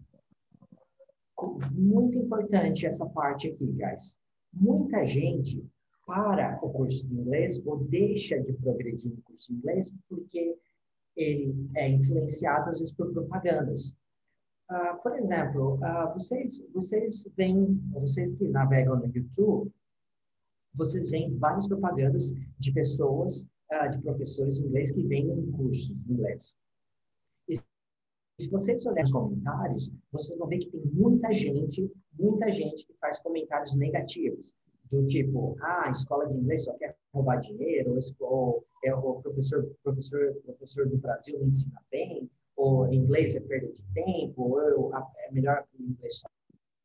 Muito importante essa parte aqui, guys. Muita gente para o curso de inglês ou deixa de progredir no curso de inglês porque ele é influenciado, às vezes, por propagandas. Uh, por exemplo, uh, vocês, vocês veem, vocês que navegam no YouTube, vocês veem várias propagandas de pessoas, uh, de professores de inglês que vendem cursos de inglês. E se vocês olharem os comentários, vocês vão ver que tem muita gente, muita gente que faz comentários negativos, do tipo, ah, a escola de inglês só quer roubar dinheiro, ou, ou, ou o professor, professor, professor do Brasil não ensina bem, ou inglês é perda de tempo, ou é melhor aprender inglês só.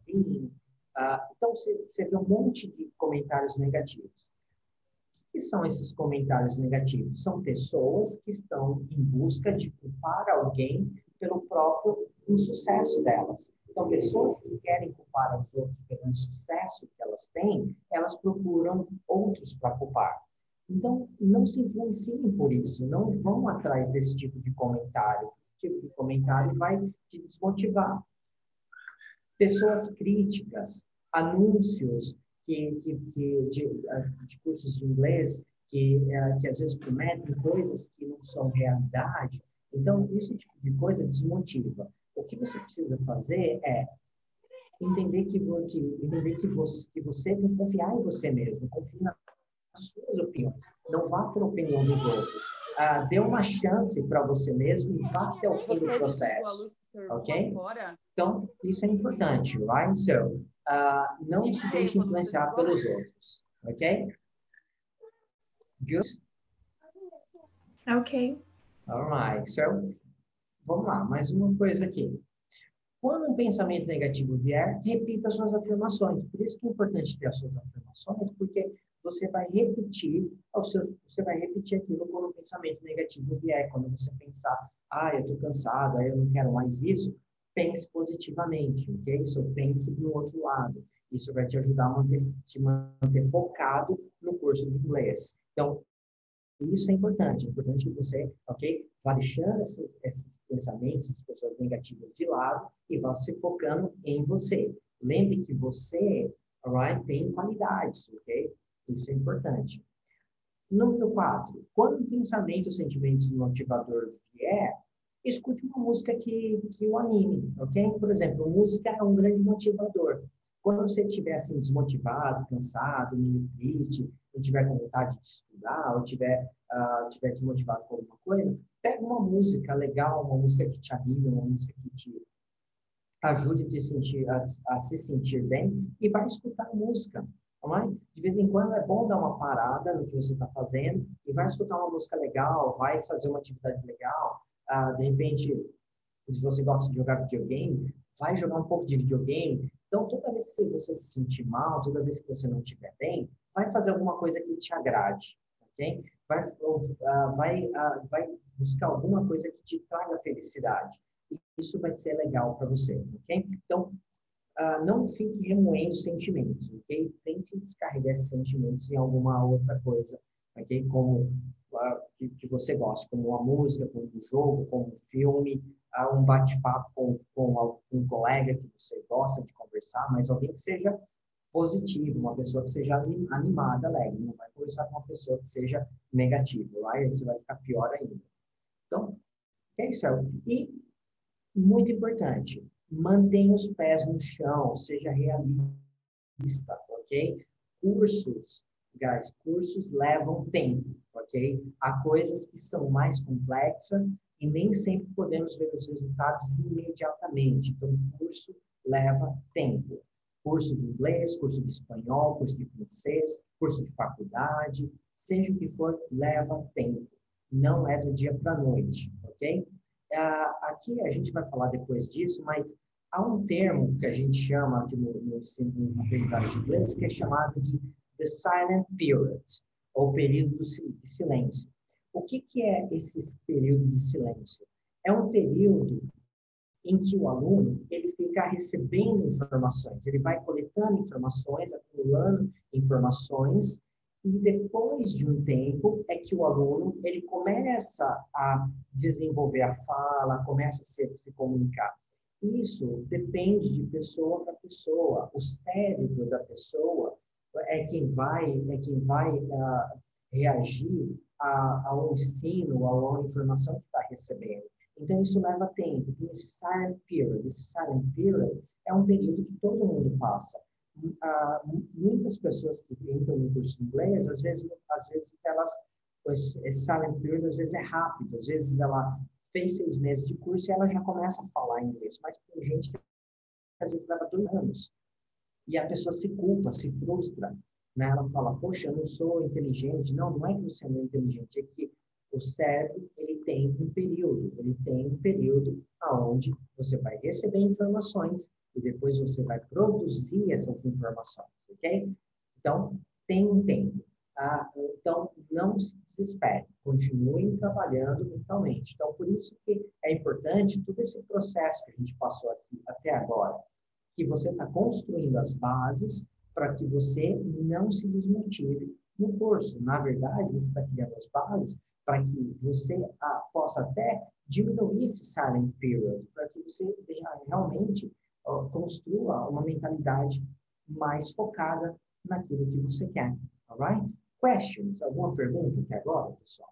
assim. Ah, então, você, você vê um monte de comentários negativos. O que são esses comentários negativos? São pessoas que estão em busca de culpar alguém pelo próprio insucesso delas. Então, pessoas que querem culpar os outros pelo insucesso que elas têm, elas procuram outros para culpar. Então, não se influenciem por isso, não vão atrás desse tipo de comentário. Esse tipo de comentário vai te desmotivar. Pessoas críticas, anúncios que, que, que de, de cursos de inglês que, que às vezes prometem coisas que não são realidade. Então, esse tipo de coisa desmotiva. O que você precisa fazer é entender que, que, entender que, você, que você tem que confiar em você mesmo, confie nas suas opiniões, não vá pela opinião dos outros. Ah, dê uma chance para você mesmo e vá até o fim do processo. Ok? Então, isso é importante, right? So, uh, não se deixe influenciar pelos outros. Ok? Good? Ok. All right. So, vamos lá, mais uma coisa aqui. Quando um pensamento negativo vier, repita suas afirmações. Por isso que é importante ter as suas afirmações, porque você vai repetir aos seus, você vai repetir aquilo quando o pensamento negativo vier. Quando você pensar, ah, eu estou cansado, eu não quero mais isso, pense positivamente, ok? Isso, pense do outro lado. Isso vai te ajudar a manter, te manter focado no curso de inglês. Então, isso é importante. É importante que você, ok? Vá deixando esses, esses pensamentos, essas pessoas negativas de lado e vá se focando em você. Lembre que você, alright, tem qualidades, ok? Isso é importante. Número quatro. Quando um pensamento ou sentimento motivador vier, escute uma música que, que o anime, ok? Por exemplo, música é um grande motivador. Quando você estiver assim, desmotivado, cansado, meio triste, ou estiver com vontade de estudar, ou estiver uh, tiver desmotivado com alguma coisa, pega uma música legal, uma música que te anime, uma música que te ajude a, te sentir, a, a se sentir bem e vai escutar a música. Right? De vez em quando é bom dar uma parada no que você está fazendo e vai escutar uma música legal, vai fazer uma atividade legal. Uh, de repente, se você gosta de jogar videogame, vai jogar um pouco de videogame. Então, toda vez que você se sentir mal, toda vez que você não estiver bem, vai fazer alguma coisa que te agrade, ok? Vai, uh, vai, uh, vai buscar alguma coisa que te traga felicidade. E isso vai ser legal para você, ok? Então, uh, não fique remoendo sentimentos, ok? Tente descarregar esses sentimentos em alguma outra coisa, ok? Como uh, que, que você gosta, como uma música, como um jogo, como um filme, uh, um bate-papo com, com um colega que você gosta de conversar, mas alguém que seja positivo, uma pessoa que seja animada, alegre. Não vai conversar com uma pessoa que seja negativa, right? Você vai ficar pior ainda. Então, é isso. E, muito importante, mantenha os pés no chão, seja realista, ok? Cursos, guys, cursos levam tempo, ok? Há coisas que são mais complexas e nem sempre podemos ver os resultados imediatamente. Então, o curso leva tempo. Curso de inglês, curso de espanhol, curso de francês, curso de faculdade, seja o que for, leva tempo. Não é do dia para a noite, ok? Ah, aqui a gente vai falar depois disso, mas há um termo que a gente chama aqui no, no ensino, no aprendizagem de inglês, que é chamado de the silent period, ou período de silêncio. O que, que é esse período de silêncio? É um período em que o aluno ele fica recebendo informações, ele vai coletando informações, acumulando informações, e depois de um tempo é que o aluno ele começa a desenvolver a fala, começa a se, se comunicar. Isso depende de pessoa para pessoa. O cérebro da pessoa é quem vai, é quem vai uh, reagir a, ao ensino, a uma informação que está recebendo. Então, isso leva tempo. Tem esse silent period. Esse silent period é um período que todo mundo passa. Uh, muitas pessoas que entram no curso de inglês, às vezes, às vezes elas, esse silent period às vezes é rápido. Às vezes ela fez seis meses de curso e ela já começa a falar inglês. Mas tem gente que às vezes leva dois anos. E a pessoa se culpa, se frustra. Né? Ela fala, poxa, eu não sou inteligente. Não, não é que você não é inteligente, é que o cérebro ele tem tem um período, ele tem um período aonde você vai receber informações e depois você vai produzir essas informações, ok? Então, tem um tempo. Ah, então, não se desespere, continuem trabalhando mentalmente. Então, por isso que é importante todo esse processo que a gente passou aqui até agora, que você está construindo as bases para que você não se desmotive no curso. Na verdade, você está criando as bases para que você ah, possa até diminuir esse silent period, para que você realmente uh, construa uma mentalidade mais focada naquilo que você quer. Alright? Questions? Alguma pergunta até agora, pessoal?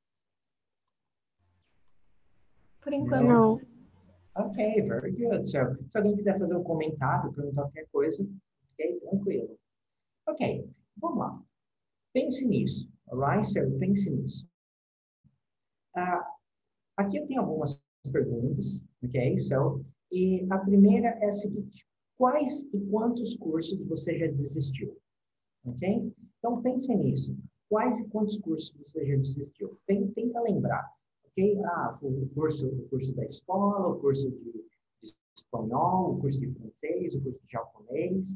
Por enquanto, Não. Ok, very good. So, se alguém quiser fazer um comentário, perguntar qualquer coisa, ok, tranquilo. Ok, vamos lá. Pense nisso, alright? So, pense nisso. Uh, aqui eu tenho algumas perguntas, ok? So, e a primeira é a seguinte: quais e quantos cursos você já desistiu? Ok? Então, pense nisso. Quais e quantos cursos você já desistiu? Tenta lembrar. Ok? Ah, foi o curso, o curso da escola, o curso de, de espanhol, o curso de francês, o curso de japonês,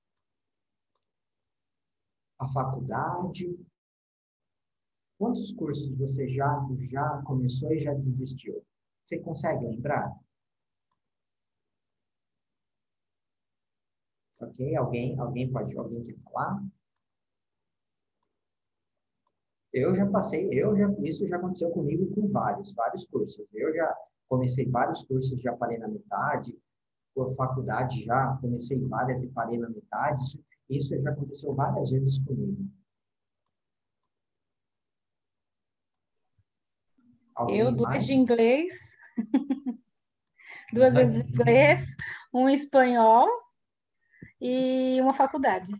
a faculdade. Quantos cursos você já, já começou e já desistiu? Você consegue lembrar? Ok? Alguém, alguém pode, alguém quer falar? Eu já passei, eu já, isso já aconteceu comigo com vários, vários cursos. Eu já comecei vários cursos, já parei na metade, por faculdade já comecei várias e parei na metade. Isso, isso já aconteceu várias vezes comigo. Alguém Eu, duas mais? de inglês, duas vezes inglês, um espanhol e uma faculdade.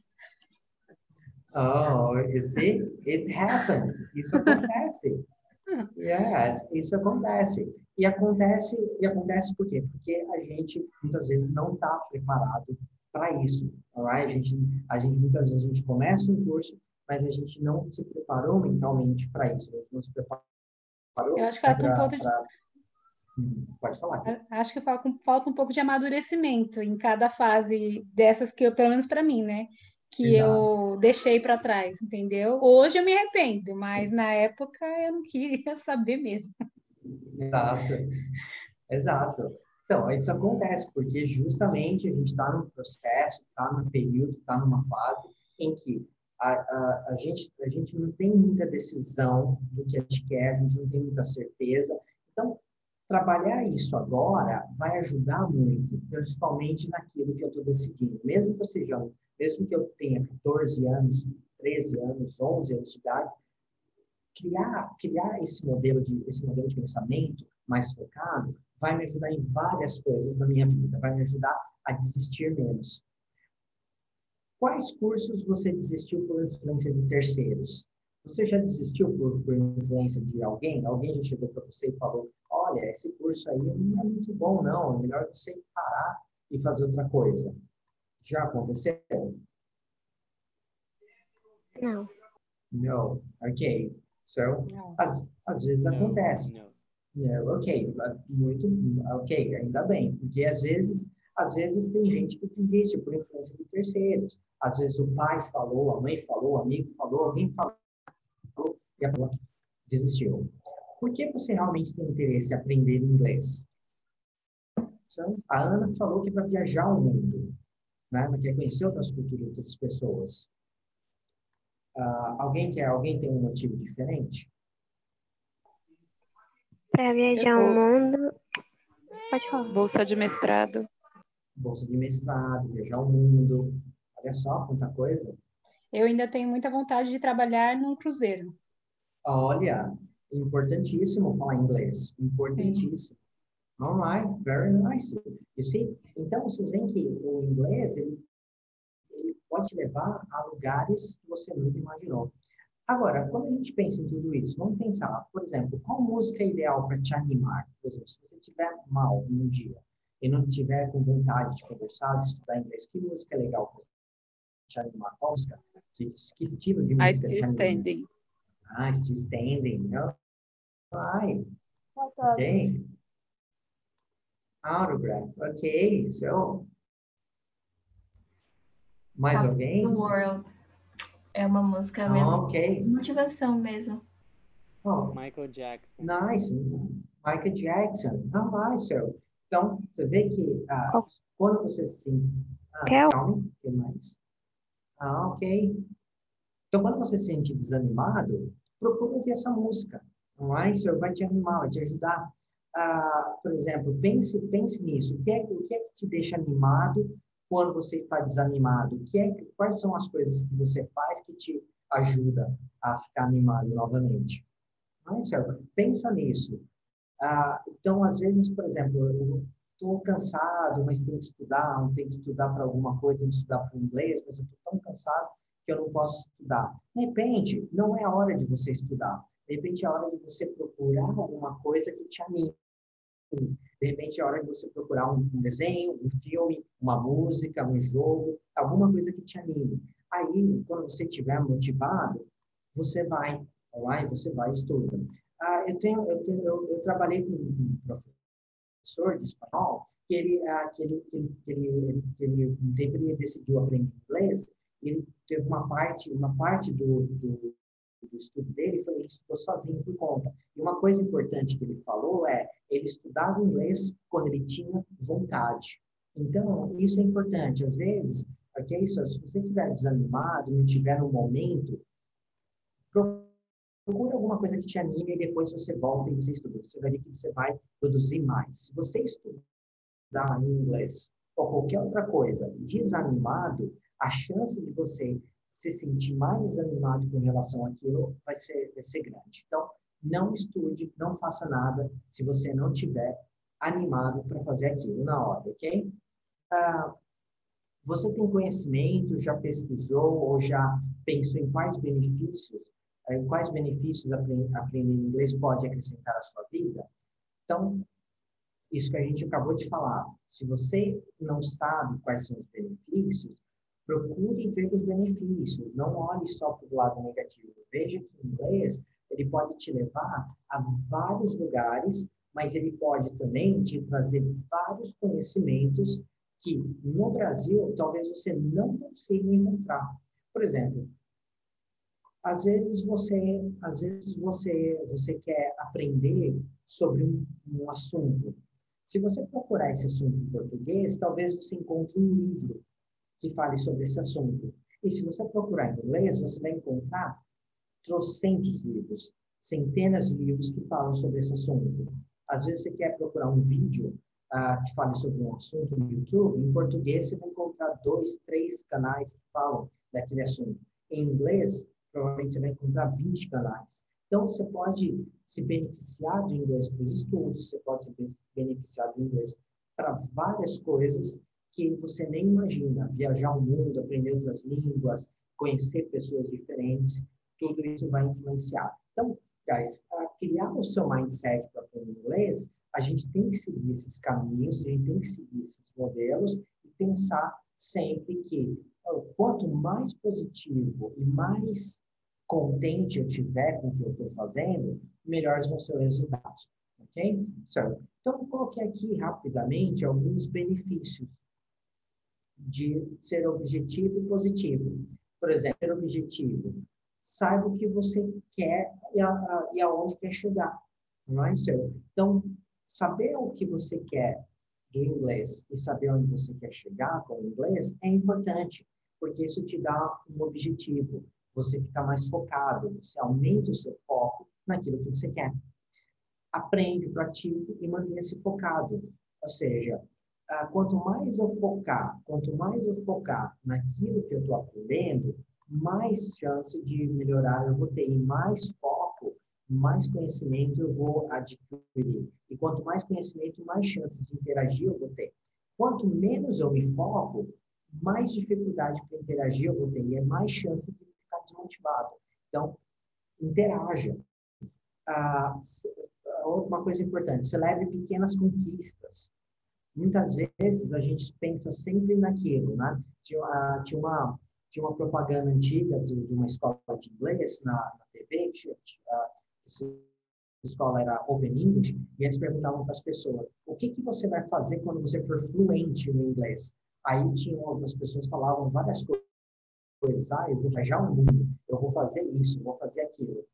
Oh, you see? It happens. Isso acontece. Yes, isso acontece. E acontece, e acontece por quê? Porque a gente muitas vezes não está preparado para isso. Alright? A gente, a gente muitas vezes a gente começa um curso, mas a gente não se preparou mentalmente para isso. A gente não se preparou Eu acho que falta um para. pouco de, Pra... Hum, pode falar. Aqui. acho que falta, falta um pouco de amadurecimento em cada fase dessas que eu, pelo menos para mim, né? Que Exato. eu deixei para trás, entendeu? Hoje eu me arrependo, mas Sim. na época eu não queria saber mesmo. Exato. Exato. Então, isso acontece porque justamente a gente está num processo, está num período, está numa fase em que a, a, a, gente, a gente não tem muita decisão do que a gente quer, a gente não tem muita certeza. Então, trabalhar isso agora vai ajudar muito, principalmente naquilo que eu estou decidindo. Mesmo que eu seja, mesmo que eu tenha quatorze anos, treze anos, onze anos de idade, criar, criar esse modelo de, esse modelo de pensamento mais focado vai me ajudar em várias coisas na minha vida, vai me ajudar a desistir menos. Quais cursos você desistiu por influência de terceiros? Você já desistiu por, por influência de alguém? Alguém já chegou para você e falou, olha, esse curso aí não é muito bom, não, é melhor você parar e fazer outra coisa. Já aconteceu? Não. Não. Ok. So, Não. às, às vezes No, acontece. no. Yeah, ok, muito, ok, ainda bem, porque às vezes, às vezes tem gente que desiste por influência de terceiros. Às vezes o pai falou, a mãe falou, o amigo falou, alguém falou e a pessoa desistiu. Por que você realmente tem interesse em aprender inglês? Então, a Ana falou que é para viajar o mundo, né? Ela quer conhecer outras culturas, outras pessoas. Uh, alguém quer, alguém tem um motivo diferente? Para viajar o mundo. Pode falar. Bolsa de mestrado. Bolsa de mestrado, viajar o mundo. Olha só quanta coisa. Eu ainda tenho muita vontade de trabalhar num cruzeiro. Olha, importantíssimo falar inglês. Importantíssimo. All right, very nice. You see? Então, vocês veem que o inglês, ele, ele pode te levar a lugares que você nunca imaginou. Agora, quando a gente pensa em tudo isso, vamos pensar, por exemplo, qual música é ideal para te animar? Por exemplo, se você estiver mal num dia e não estiver com vontade de conversar, de estudar inglês, que música é legal para te animar? Qual música? Que, que estilo de I música te still anima? standing. Ah, still standing. Ai. Okay. Out of breath. Ok, so. Mais The alguém? World. É uma música mesmo. Ok. Motivação mesmo. Oh, Michael Jackson. nice. Michael Jackson. Ah, vai, so. Então, você vê que ah, Oh. quando você se... Ah, Quer? calma, o que mais? Ah, ok. Então, quando você se sente desanimado, procure ouvir essa música. Não é? Isso vai te animar, vai te ajudar. Ah, por exemplo, pense, pense nisso. O que, é, o que é que te deixa animado quando você está desanimado? O que é, quais são as coisas que você faz que te ajuda a ficar animado novamente? Não é, senhor? Pensa nisso. Ah, então, às vezes, por exemplo, eu estou cansado, mas tenho que estudar, não tenho que estudar para alguma coisa, tenho que estudar para o inglês, mas eu estou tão cansado que eu não posso estudar. De repente, não é a hora de você estudar. De repente, é a hora de você procurar alguma coisa que te anime. De repente, é a hora de você procurar um, um desenho, um filme, uma música, um jogo, alguma coisa que te anime. Aí, quando você estiver motivado, você vai, vai, você vai e estuda. Ah, eu, tenho, eu, tenho, eu, eu trabalhei com um professor de espanhol, que ele, ah, que ele, que ele, que ele, que ele, um tempo ele decidiu aprender inglês, ele teve uma parte, uma parte do, do, do estudo dele, foi ele estudou sozinho por conta. E uma coisa importante que ele falou é, ele estudava inglês quando ele tinha vontade. Então, isso é importante. Às vezes, ok, se você estiver desanimado, não tiver no momento, procura alguma coisa que te anime e depois você volta e você estuda. Você vai ver que você vai produzir mais. Se você estudar em inglês ou qualquer outra coisa desanimado, a chance de você se sentir mais desanimado com relação àquilo vai ser, vai ser grande. Então, não estude, não faça nada se você não tiver animado para fazer aquilo na hora, ok? Ah, você tem conhecimento, já pesquisou ou já pensou em quais benefícios, em quais benefícios aprender inglês pode acrescentar à sua vida? Então, isso que a gente acabou de falar. Se você não sabe quais são os benefícios, procure ver os benefícios. Não olhe só para o lado negativo. Veja que o inglês ele pode te levar a vários lugares, mas ele pode também te trazer vários conhecimentos que no Brasil talvez você não consiga encontrar. Por exemplo, às vezes você, às vezes você, você quer aprender sobre um, um assunto. Se você procurar esse assunto em português, talvez você encontre um livro que fale sobre esse assunto. E se você procurar em inglês, você vai encontrar trocentos livros, centenas de livros que falam sobre esse assunto. Às vezes você quer procurar um vídeo uh, que fale sobre um assunto no YouTube, em português você vai encontrar dois, três canais que falam daquele assunto. Em inglês, provavelmente você vai encontrar vinte canais. Então, você pode se beneficiar do inglês para os estudos, você pode se beneficiar do inglês para várias coisas que você nem imagina. Viajar o mundo, aprender outras línguas, conhecer pessoas diferentes, tudo isso vai influenciar. Então, guys, para criar o seu mindset para aprender inglês, a gente tem que seguir esses caminhos, a gente tem que seguir esses modelos e pensar sempre que quanto mais positivo e mais contente eu tiver com o que eu estou fazendo, melhores vão ser os resultados, ok? So, então, eu coloquei aqui rapidamente alguns benefícios de ser objetivo e positivo. Por exemplo, ser objetivo. Saiba o que você quer e, a, a, e aonde quer chegar. Não é, so, então, saber o que você quer do inglês e saber onde você quer chegar com o inglês é importante, porque isso te dá um objetivo. Você fica mais focado, você aumenta o seu foco naquilo que você quer. Aprende, pratique e mantenha-se focado. Ou seja, quanto mais eu focar, quanto mais eu focar naquilo que eu estou aprendendo, mais chance de melhorar eu vou ter. E mais foco, mais conhecimento eu vou adquirir. E quanto mais conhecimento, mais chance de interagir eu vou ter. Quanto menos eu me foco, mais dificuldade para interagir eu vou ter. E é mais chance de ficar desmotivado. Então, interaja. Ah, uma coisa importante, celebre pequenas conquistas. Muitas vezes a gente pensa sempre naquilo, né? Tinha uma, tinha uma, tinha uma propaganda antiga de, de uma escola de inglês na, na T V, que, uh, escola era Open English, e eles perguntavam para as pessoas, o que, que você vai fazer quando você for fluente no inglês? Aí tinham algumas pessoas que falavam várias coisas, ah, eu vou viajar o mundo, eu vou fazer isso, eu vou fazer aquilo.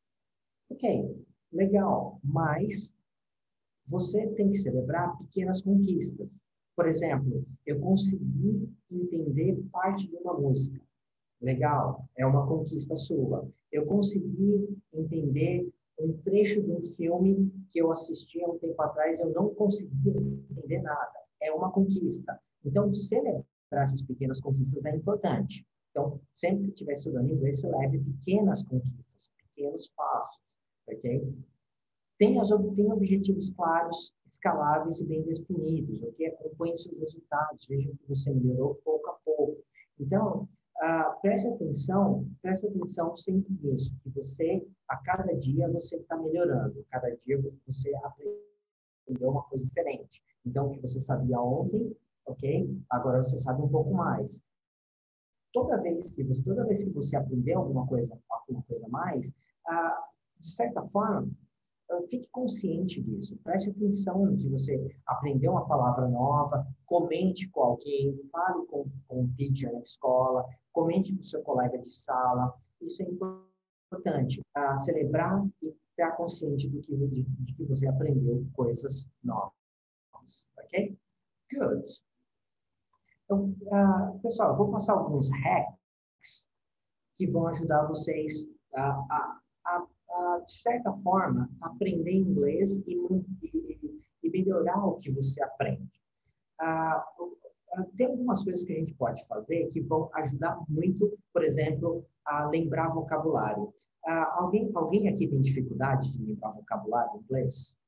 Ok, legal, mas você tem que celebrar pequenas conquistas. Por exemplo, eu consegui entender parte de uma música. Legal, é uma conquista sua. Eu consegui entender um trecho de um filme que eu assisti há um tempo atrás, eu não conseguia entender nada. É uma conquista. Então, celebrar essas pequenas conquistas é importante. Então, sempre que estiver estudando inglês, você leve pequenas conquistas, pequenos passos, ok? Tenha, tenha objetivos claros, escaláveis e bem definidos, ok? Acompanhe seus resultados, veja que você melhorou pouco a pouco. Então, ah, preste atenção, preste atenção sempre nisso, que você, a cada dia, você está melhorando, a cada dia você aprendeu uma coisa diferente. Então, o que você sabia ontem, ok? Agora você sabe um pouco mais. Toda vez que você, toda vez que você aprender alguma coisa, alguma coisa a mais, ah, de certa forma, fique consciente disso. Preste atenção que você aprendeu uma palavra nova, comente com alguém, fale com, com o teacher na escola, comente com o seu colega de sala. Isso é importante. Ah, celebrar e estar consciente do que, de, de que você aprendeu coisas novas. Ok? Good. Então, uh, pessoal, eu vou passar alguns hacks que vão ajudar vocês uh, a, a, a, de certa forma, aprender inglês e, e, e melhorar o que você aprende. Uh, uh, tem algumas coisas que a gente pode fazer que vão ajudar muito, por exemplo, a lembrar vocabulário. Uh, alguém, alguém aqui tem dificuldade de lembrar vocabulário em inglês?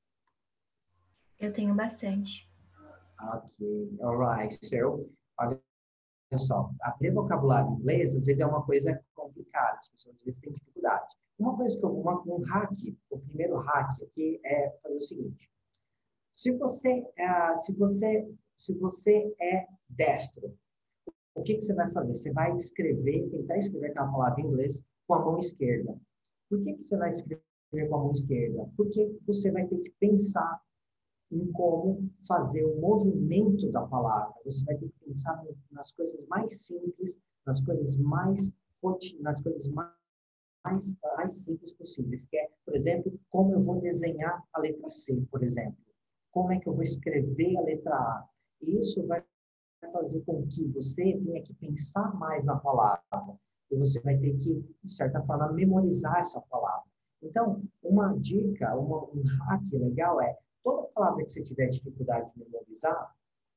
Eu tenho bastante. Ok, alright. So, olha só, aprender vocabulário em inglês, às vezes é uma coisa complicada, as pessoas às vezes têm dificuldade. Uma coisa que eu, uma, um hack, o primeiro hack aqui é fazer o seguinte: se você, uh, se você, se você é destro, o que, que você vai fazer? Você vai escrever, tentar escrever aquela palavra em inglês com a mão esquerda. Por que, que você vai escrever com a mão esquerda? Porque você vai ter que pensar em como fazer o movimento da palavra. Você vai ter que pensar nas coisas mais simples, nas coisas mais nas coisas mais, mais, mais simples possíveis, que é, por exemplo, como eu vou desenhar a letra C, por exemplo. Como é que eu vou escrever a letra A? E isso vai fazer com que você tenha que pensar mais na palavra. E você vai ter que, de certa forma, memorizar essa palavra. Então, uma dica, uma, um hack legal é toda palavra que você tiver dificuldade de memorizar,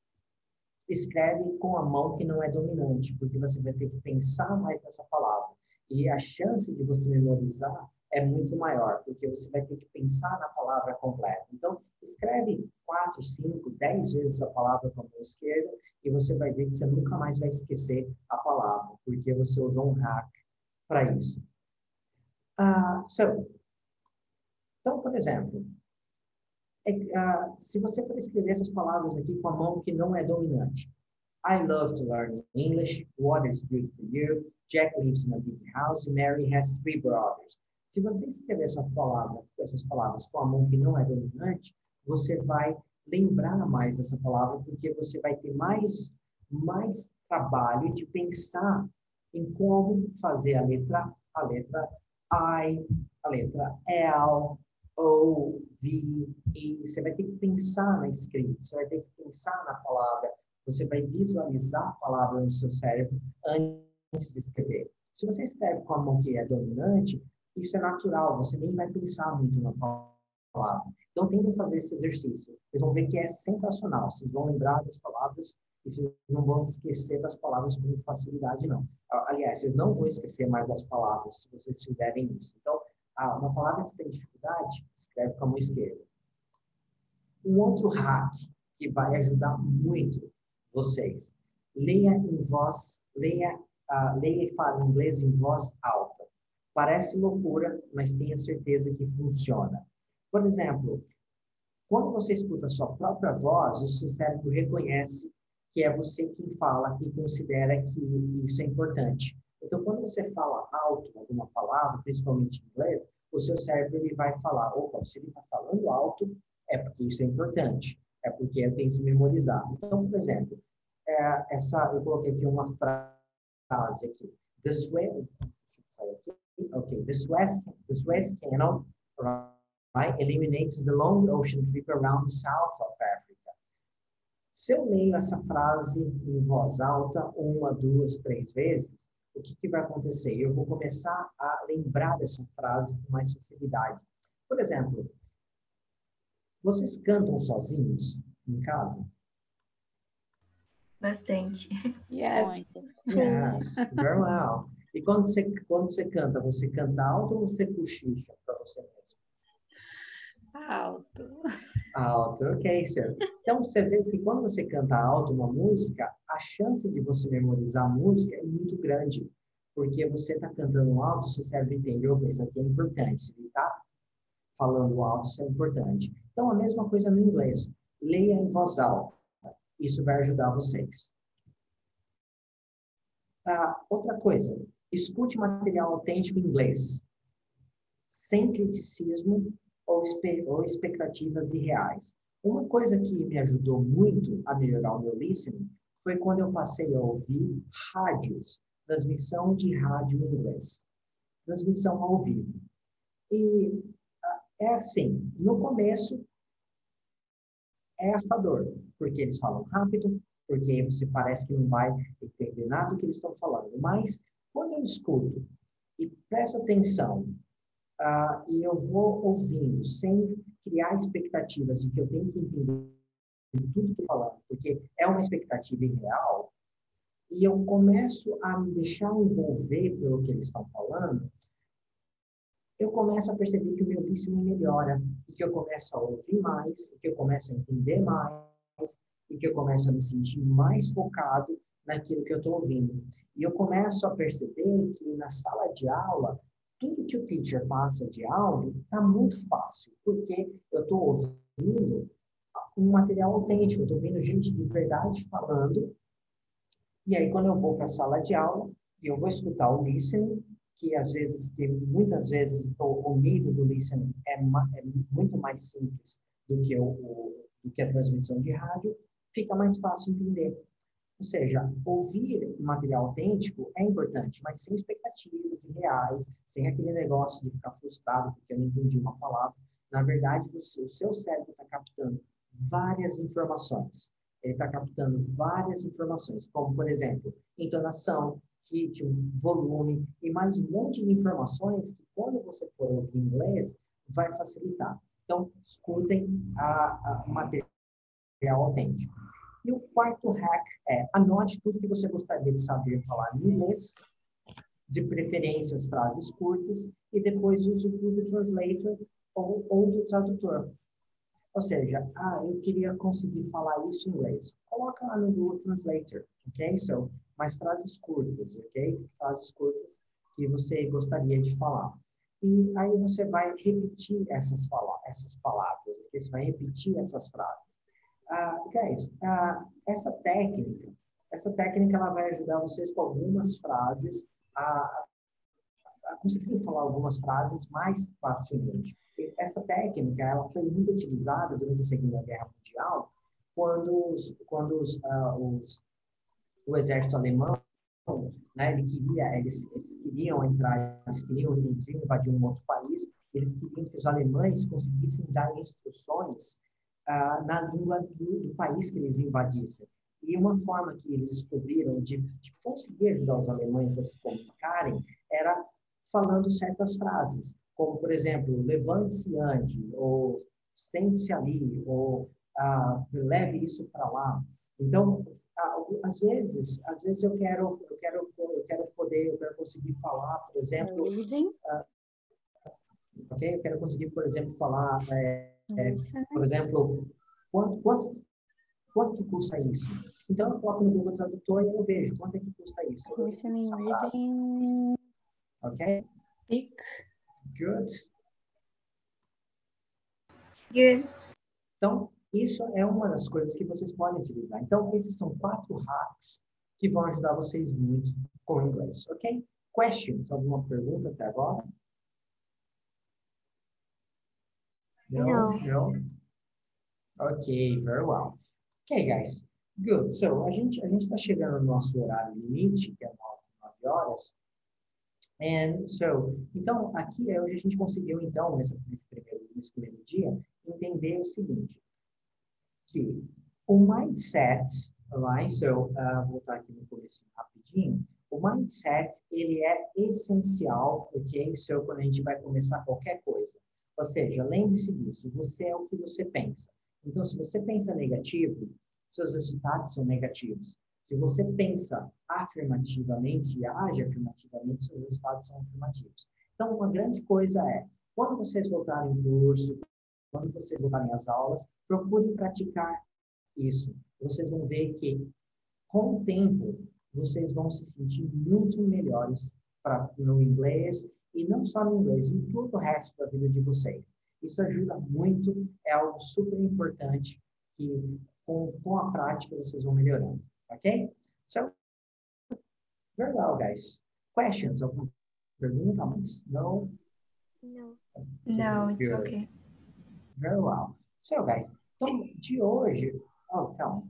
escreve com a mão que não é dominante, porque você vai ter que pensar mais nessa palavra. E a chance de você memorizar é muito maior, porque você vai ter que pensar na palavra completa. Então, escreve quatro, cinco, dez vezes a palavra com a mão esquerda e você vai ver que você nunca mais vai esquecer a palavra, porque você usou um hack para isso. Uh, so, então, por exemplo, É, uh, se você for escrever essas palavras aqui com a mão que não é dominante. I love to learn English. What is good for you? Jack lives in a big house. Mary has three brothers. Se você escrever essa palavra, essas palavras com a mão que não é dominante, você vai lembrar mais dessa palavra, porque você vai ter mais, mais trabalho de pensar em como fazer a letra, a letra I, a letra L, O, V, E. Você vai ter que pensar na escrita, você vai ter que pensar na palavra, você vai visualizar a palavra no seu cérebro antes de escrever. Se você escreve com a mão que é dominante, isso é natural, você nem vai pensar muito na palavra. Então, tentem fazer esse exercício. Vocês vão ver que é sensacional. Vocês vão lembrar das palavras e vocês não vão esquecer das palavras com facilidade, não. Aliás, vocês não vão esquecer mais das palavras se vocês fizerem isso. Então, Ah, uma palavra que você tem dificuldade, escreve com a mão esquerda. Um outro hack que vai ajudar muito vocês. Leia em voz, leia, uh, leia e fale inglês em voz alta. Parece loucura, mas tenha certeza que funciona. Por exemplo, quando você escuta a sua própria voz, o seu cérebro reconhece que é você quem fala e considera que isso é importante. Então, quando você fala alto alguma palavra, principalmente em inglês, o seu cérebro ele vai falar, opa, se ele está falando alto, é porque isso é importante, é porque eu tenho que memorizar. Então, por exemplo, é, essa, eu coloquei aqui uma frase aqui. The Suez, okay, the Suez, the Suez Canal, right, eliminates the long ocean trip around the south of Africa. Se eu leio essa frase em voz alta, uma, duas, três vezes, o que, que vai acontecer? Eu vou começar a lembrar dessa frase com mais facilidade. Por exemplo, vocês cantam sozinhos em casa? Bastante. Yes. Muito. Yes, very well. E quando você, quando você canta, você canta alto ou você cochicha para você mesmo? Alto. Alto, ok, sir. Então, você vê que quando você canta alto uma música, a chance de você memorizar a música é muito grande. Porque você está cantando alto, seu cérebro entendeu que isso aqui é importante. Se ele está falando alto, isso é importante. Então, a mesma coisa no inglês. Leia em voz alta. Isso vai ajudar vocês. Ah, outra coisa. Escute material autêntico em inglês. Sem criticismo ou, espe ou expectativas irreais. Uma coisa que me ajudou muito a melhorar o meu listening foi quando eu passei a ouvir rádios, transmissão de rádio em inglês, transmissão ao vivo. E é assim, no começo é assustador, porque eles falam rápido, porque você parece que não vai entender nada do que eles estão falando. Mas quando eu escuto e presto atenção, Uh, e eu vou ouvindo, sem criar expectativas de que eu tenho que entender tudo que estou falando, porque é uma expectativa irreal, e eu começo a me deixar envolver pelo que eles estão falando, eu começo a perceber que o meu listening melhora, e que eu começo a ouvir mais, e que eu começo a entender mais, e que eu começo a me sentir mais focado naquilo que eu estou ouvindo. E eu começo a perceber que na sala de aula, tudo que o teacher passa de áudio está muito fácil, porque eu estou ouvindo um material autêntico, eu estou ouvindo gente de verdade falando, e aí quando eu vou para a sala de aula, eu vou escutar o listening, que às vezes, que muitas vezes o, o nível do listening é, ma, é muito mais simples do que, o, o, do que a transmissão de rádio, fica mais fácil entender. Ou seja, ouvir material autêntico é importante, mas sem expectativas irreais, sem aquele negócio de ficar frustrado porque eu não entendi uma palavra. Na verdade, você, o seu cérebro está captando várias informações. Ele está captando várias informações, como, por exemplo, entonação, ritmo, volume e mais um monte de informações que, quando você for ouvir em inglês, vai facilitar. Então, escutem a, a material autêntico. E o quarto hack é anote tudo que você gostaria de saber falar em inglês, de preferência as frases curtas, e depois use o Google Translator ou, ou do tradutor. Ou seja, ah, eu queria conseguir falar isso em inglês. Coloca lá no Google Translator, ok? So, mais frases curtas, ok? Frases curtas que você gostaria de falar. E aí você vai repetir essas, fala essas palavras, ok? Você vai repetir essas frases. Uh, guys, uh, essa técnica, essa técnica ela vai ajudar vocês com algumas frases a, a conseguir falar algumas frases mais facilmente. Essa técnica ela foi muito utilizada durante a Segunda Guerra Mundial, quando, os, quando os, uh, os, o exército alemão, né, ele queria, eles, eles queriam entrar, eles queriam invadir um outro país, eles queriam que os alemães conseguissem dar instruções Uh, na língua do, do país que eles invadissem. E uma forma que eles descobriram de, de conseguir ajudar os alemães a se comunicarem era falando certas frases, como, por exemplo, levante-se e ande, ou sente-se ali, ou uh, leve isso para lá. Então, uh, às vezes, às vezes eu quero, eu quero, eu quero poder, eu quero conseguir falar, por exemplo, uh, ok? Eu quero conseguir, por exemplo, falar é, É, por exemplo, quanto, quanto, quanto que custa isso? Então, eu coloco no Google Tradutor e eu vejo quanto é que custa isso. Listening, reading. Ok? Speak. Good. Good. Então, isso é uma das coisas que vocês podem utilizar. Então, esses são quatro hacks que vão ajudar vocês muito com o inglês, ok? Questions? Alguma pergunta até agora? No, no. Ok, very well. Ok, guys. Good. So, a gente a gente está chegando no nosso horário limite, que é nove horas. And so, então, aqui hoje a gente conseguiu, então, nesse, nesse, primeiro, nesse primeiro dia, entender o seguinte, que o mindset, alright? So, uh, vou voltar aqui no começo rapidinho. O mindset, ele é essencial, ok? So, quando a gente vai começar qualquer coisa. Ou seja, lembre-se disso, você é o que você pensa. Então, se você pensa negativo, seus resultados são negativos. Se você pensa afirmativamente e age afirmativamente, seus resultados são afirmativos. Então, uma grande coisa é, quando vocês voltarem ao curso, quando vocês voltarem às aulas, procurem praticar isso. Vocês vão ver que, com o tempo, vocês vão se sentir muito melhores pra, no inglês, e não só no inglês, em todo o resto da vida de vocês. Isso ajuda muito, é algo super importante, que com, com a prática vocês vão melhorando. Okay? So, very well, guys. Questions? Alguma pergunta? No? No. No, it's Good. okay. Very well. So, guys, então, de hoje... Oh, calma.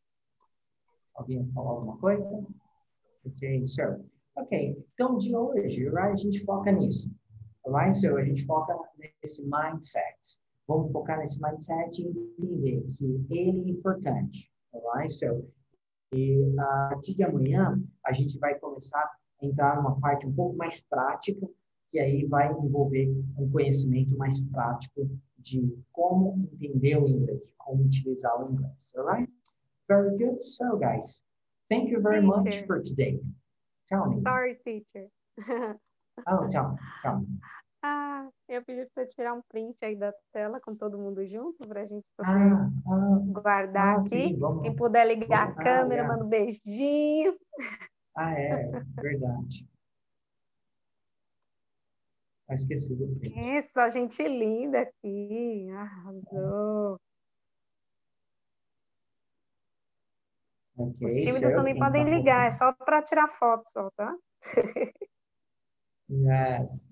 Alguém falou alguma coisa? Ok, so... Ok, então, de hoje, right, a gente foca nisso. Alright? So, a gente foca nesse mindset. Vamos focar nesse mindset e entender que ele é importante. Alright? So, e a partir de amanhã, a gente vai começar a entrar numa parte um pouco mais prática, que aí vai envolver um conhecimento mais prático de como entender o inglês, como utilizar o inglês. Alright? Very good. So, guys, thank you very Teacher. much for today. Tell me. Sorry, teacher. Oh, tell me. Tell me. Ah, eu pedi para você tirar um print aí da tela com todo mundo junto, para a gente poder Ah, ah, guardar ah, aqui. sim, vamos. Quem puder ligar Vamos. a câmera, Ah, manda um beijinho. Ah, é, verdade. Ah, esqueci do print. Isso, a gente linda aqui. Arrasou. Okay, Os tímidos so também quem podem tá ligar, é só para tirar foto só, tá? Yes.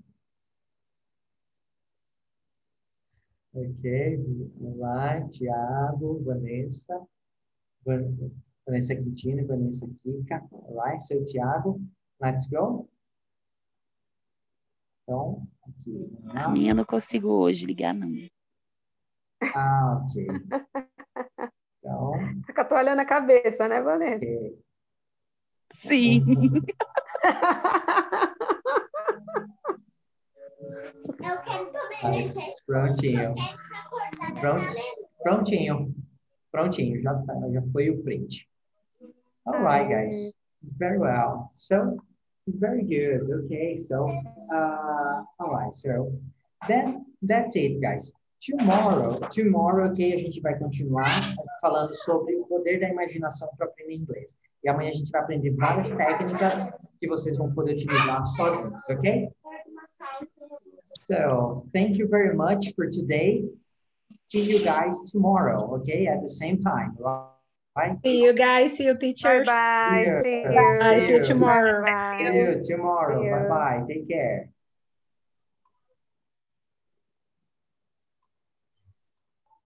Ok, vamos lá, Tiago, Vanessa, Van- Vanessa Quintino, Vanessa Kika, alright, so Tiago, let's go. Então, aqui, vamos A lá. minha eu não consigo hoje ligar, não. Ah, ok. Então, Fica tô olhando a cabeça, né, Vanessa? ok. Sim. Eu quero também Aí, descer. prontinho, Essa acordada Pronto. tá lendo. prontinho, prontinho, já, tá, já foi o print. Alright, guys, very well. So, very good. Okay, so, uh, alright, so, then, that's it, guys. Tomorrow, tomorrow, ok, a gente vai continuar falando sobre o poder da imaginação para aprender inglês. E amanhã a gente vai aprender várias técnicas que vocês vão poder utilizar sozinhos, ok? So, thank you very much for today. See you guys tomorrow, okay, at the same time, right? See you guys, see you Bye teachers. bye. See you. See you. Bye, see you you. tomorrow. Bye. See you tomorrow. See you. Bye-bye. Take care.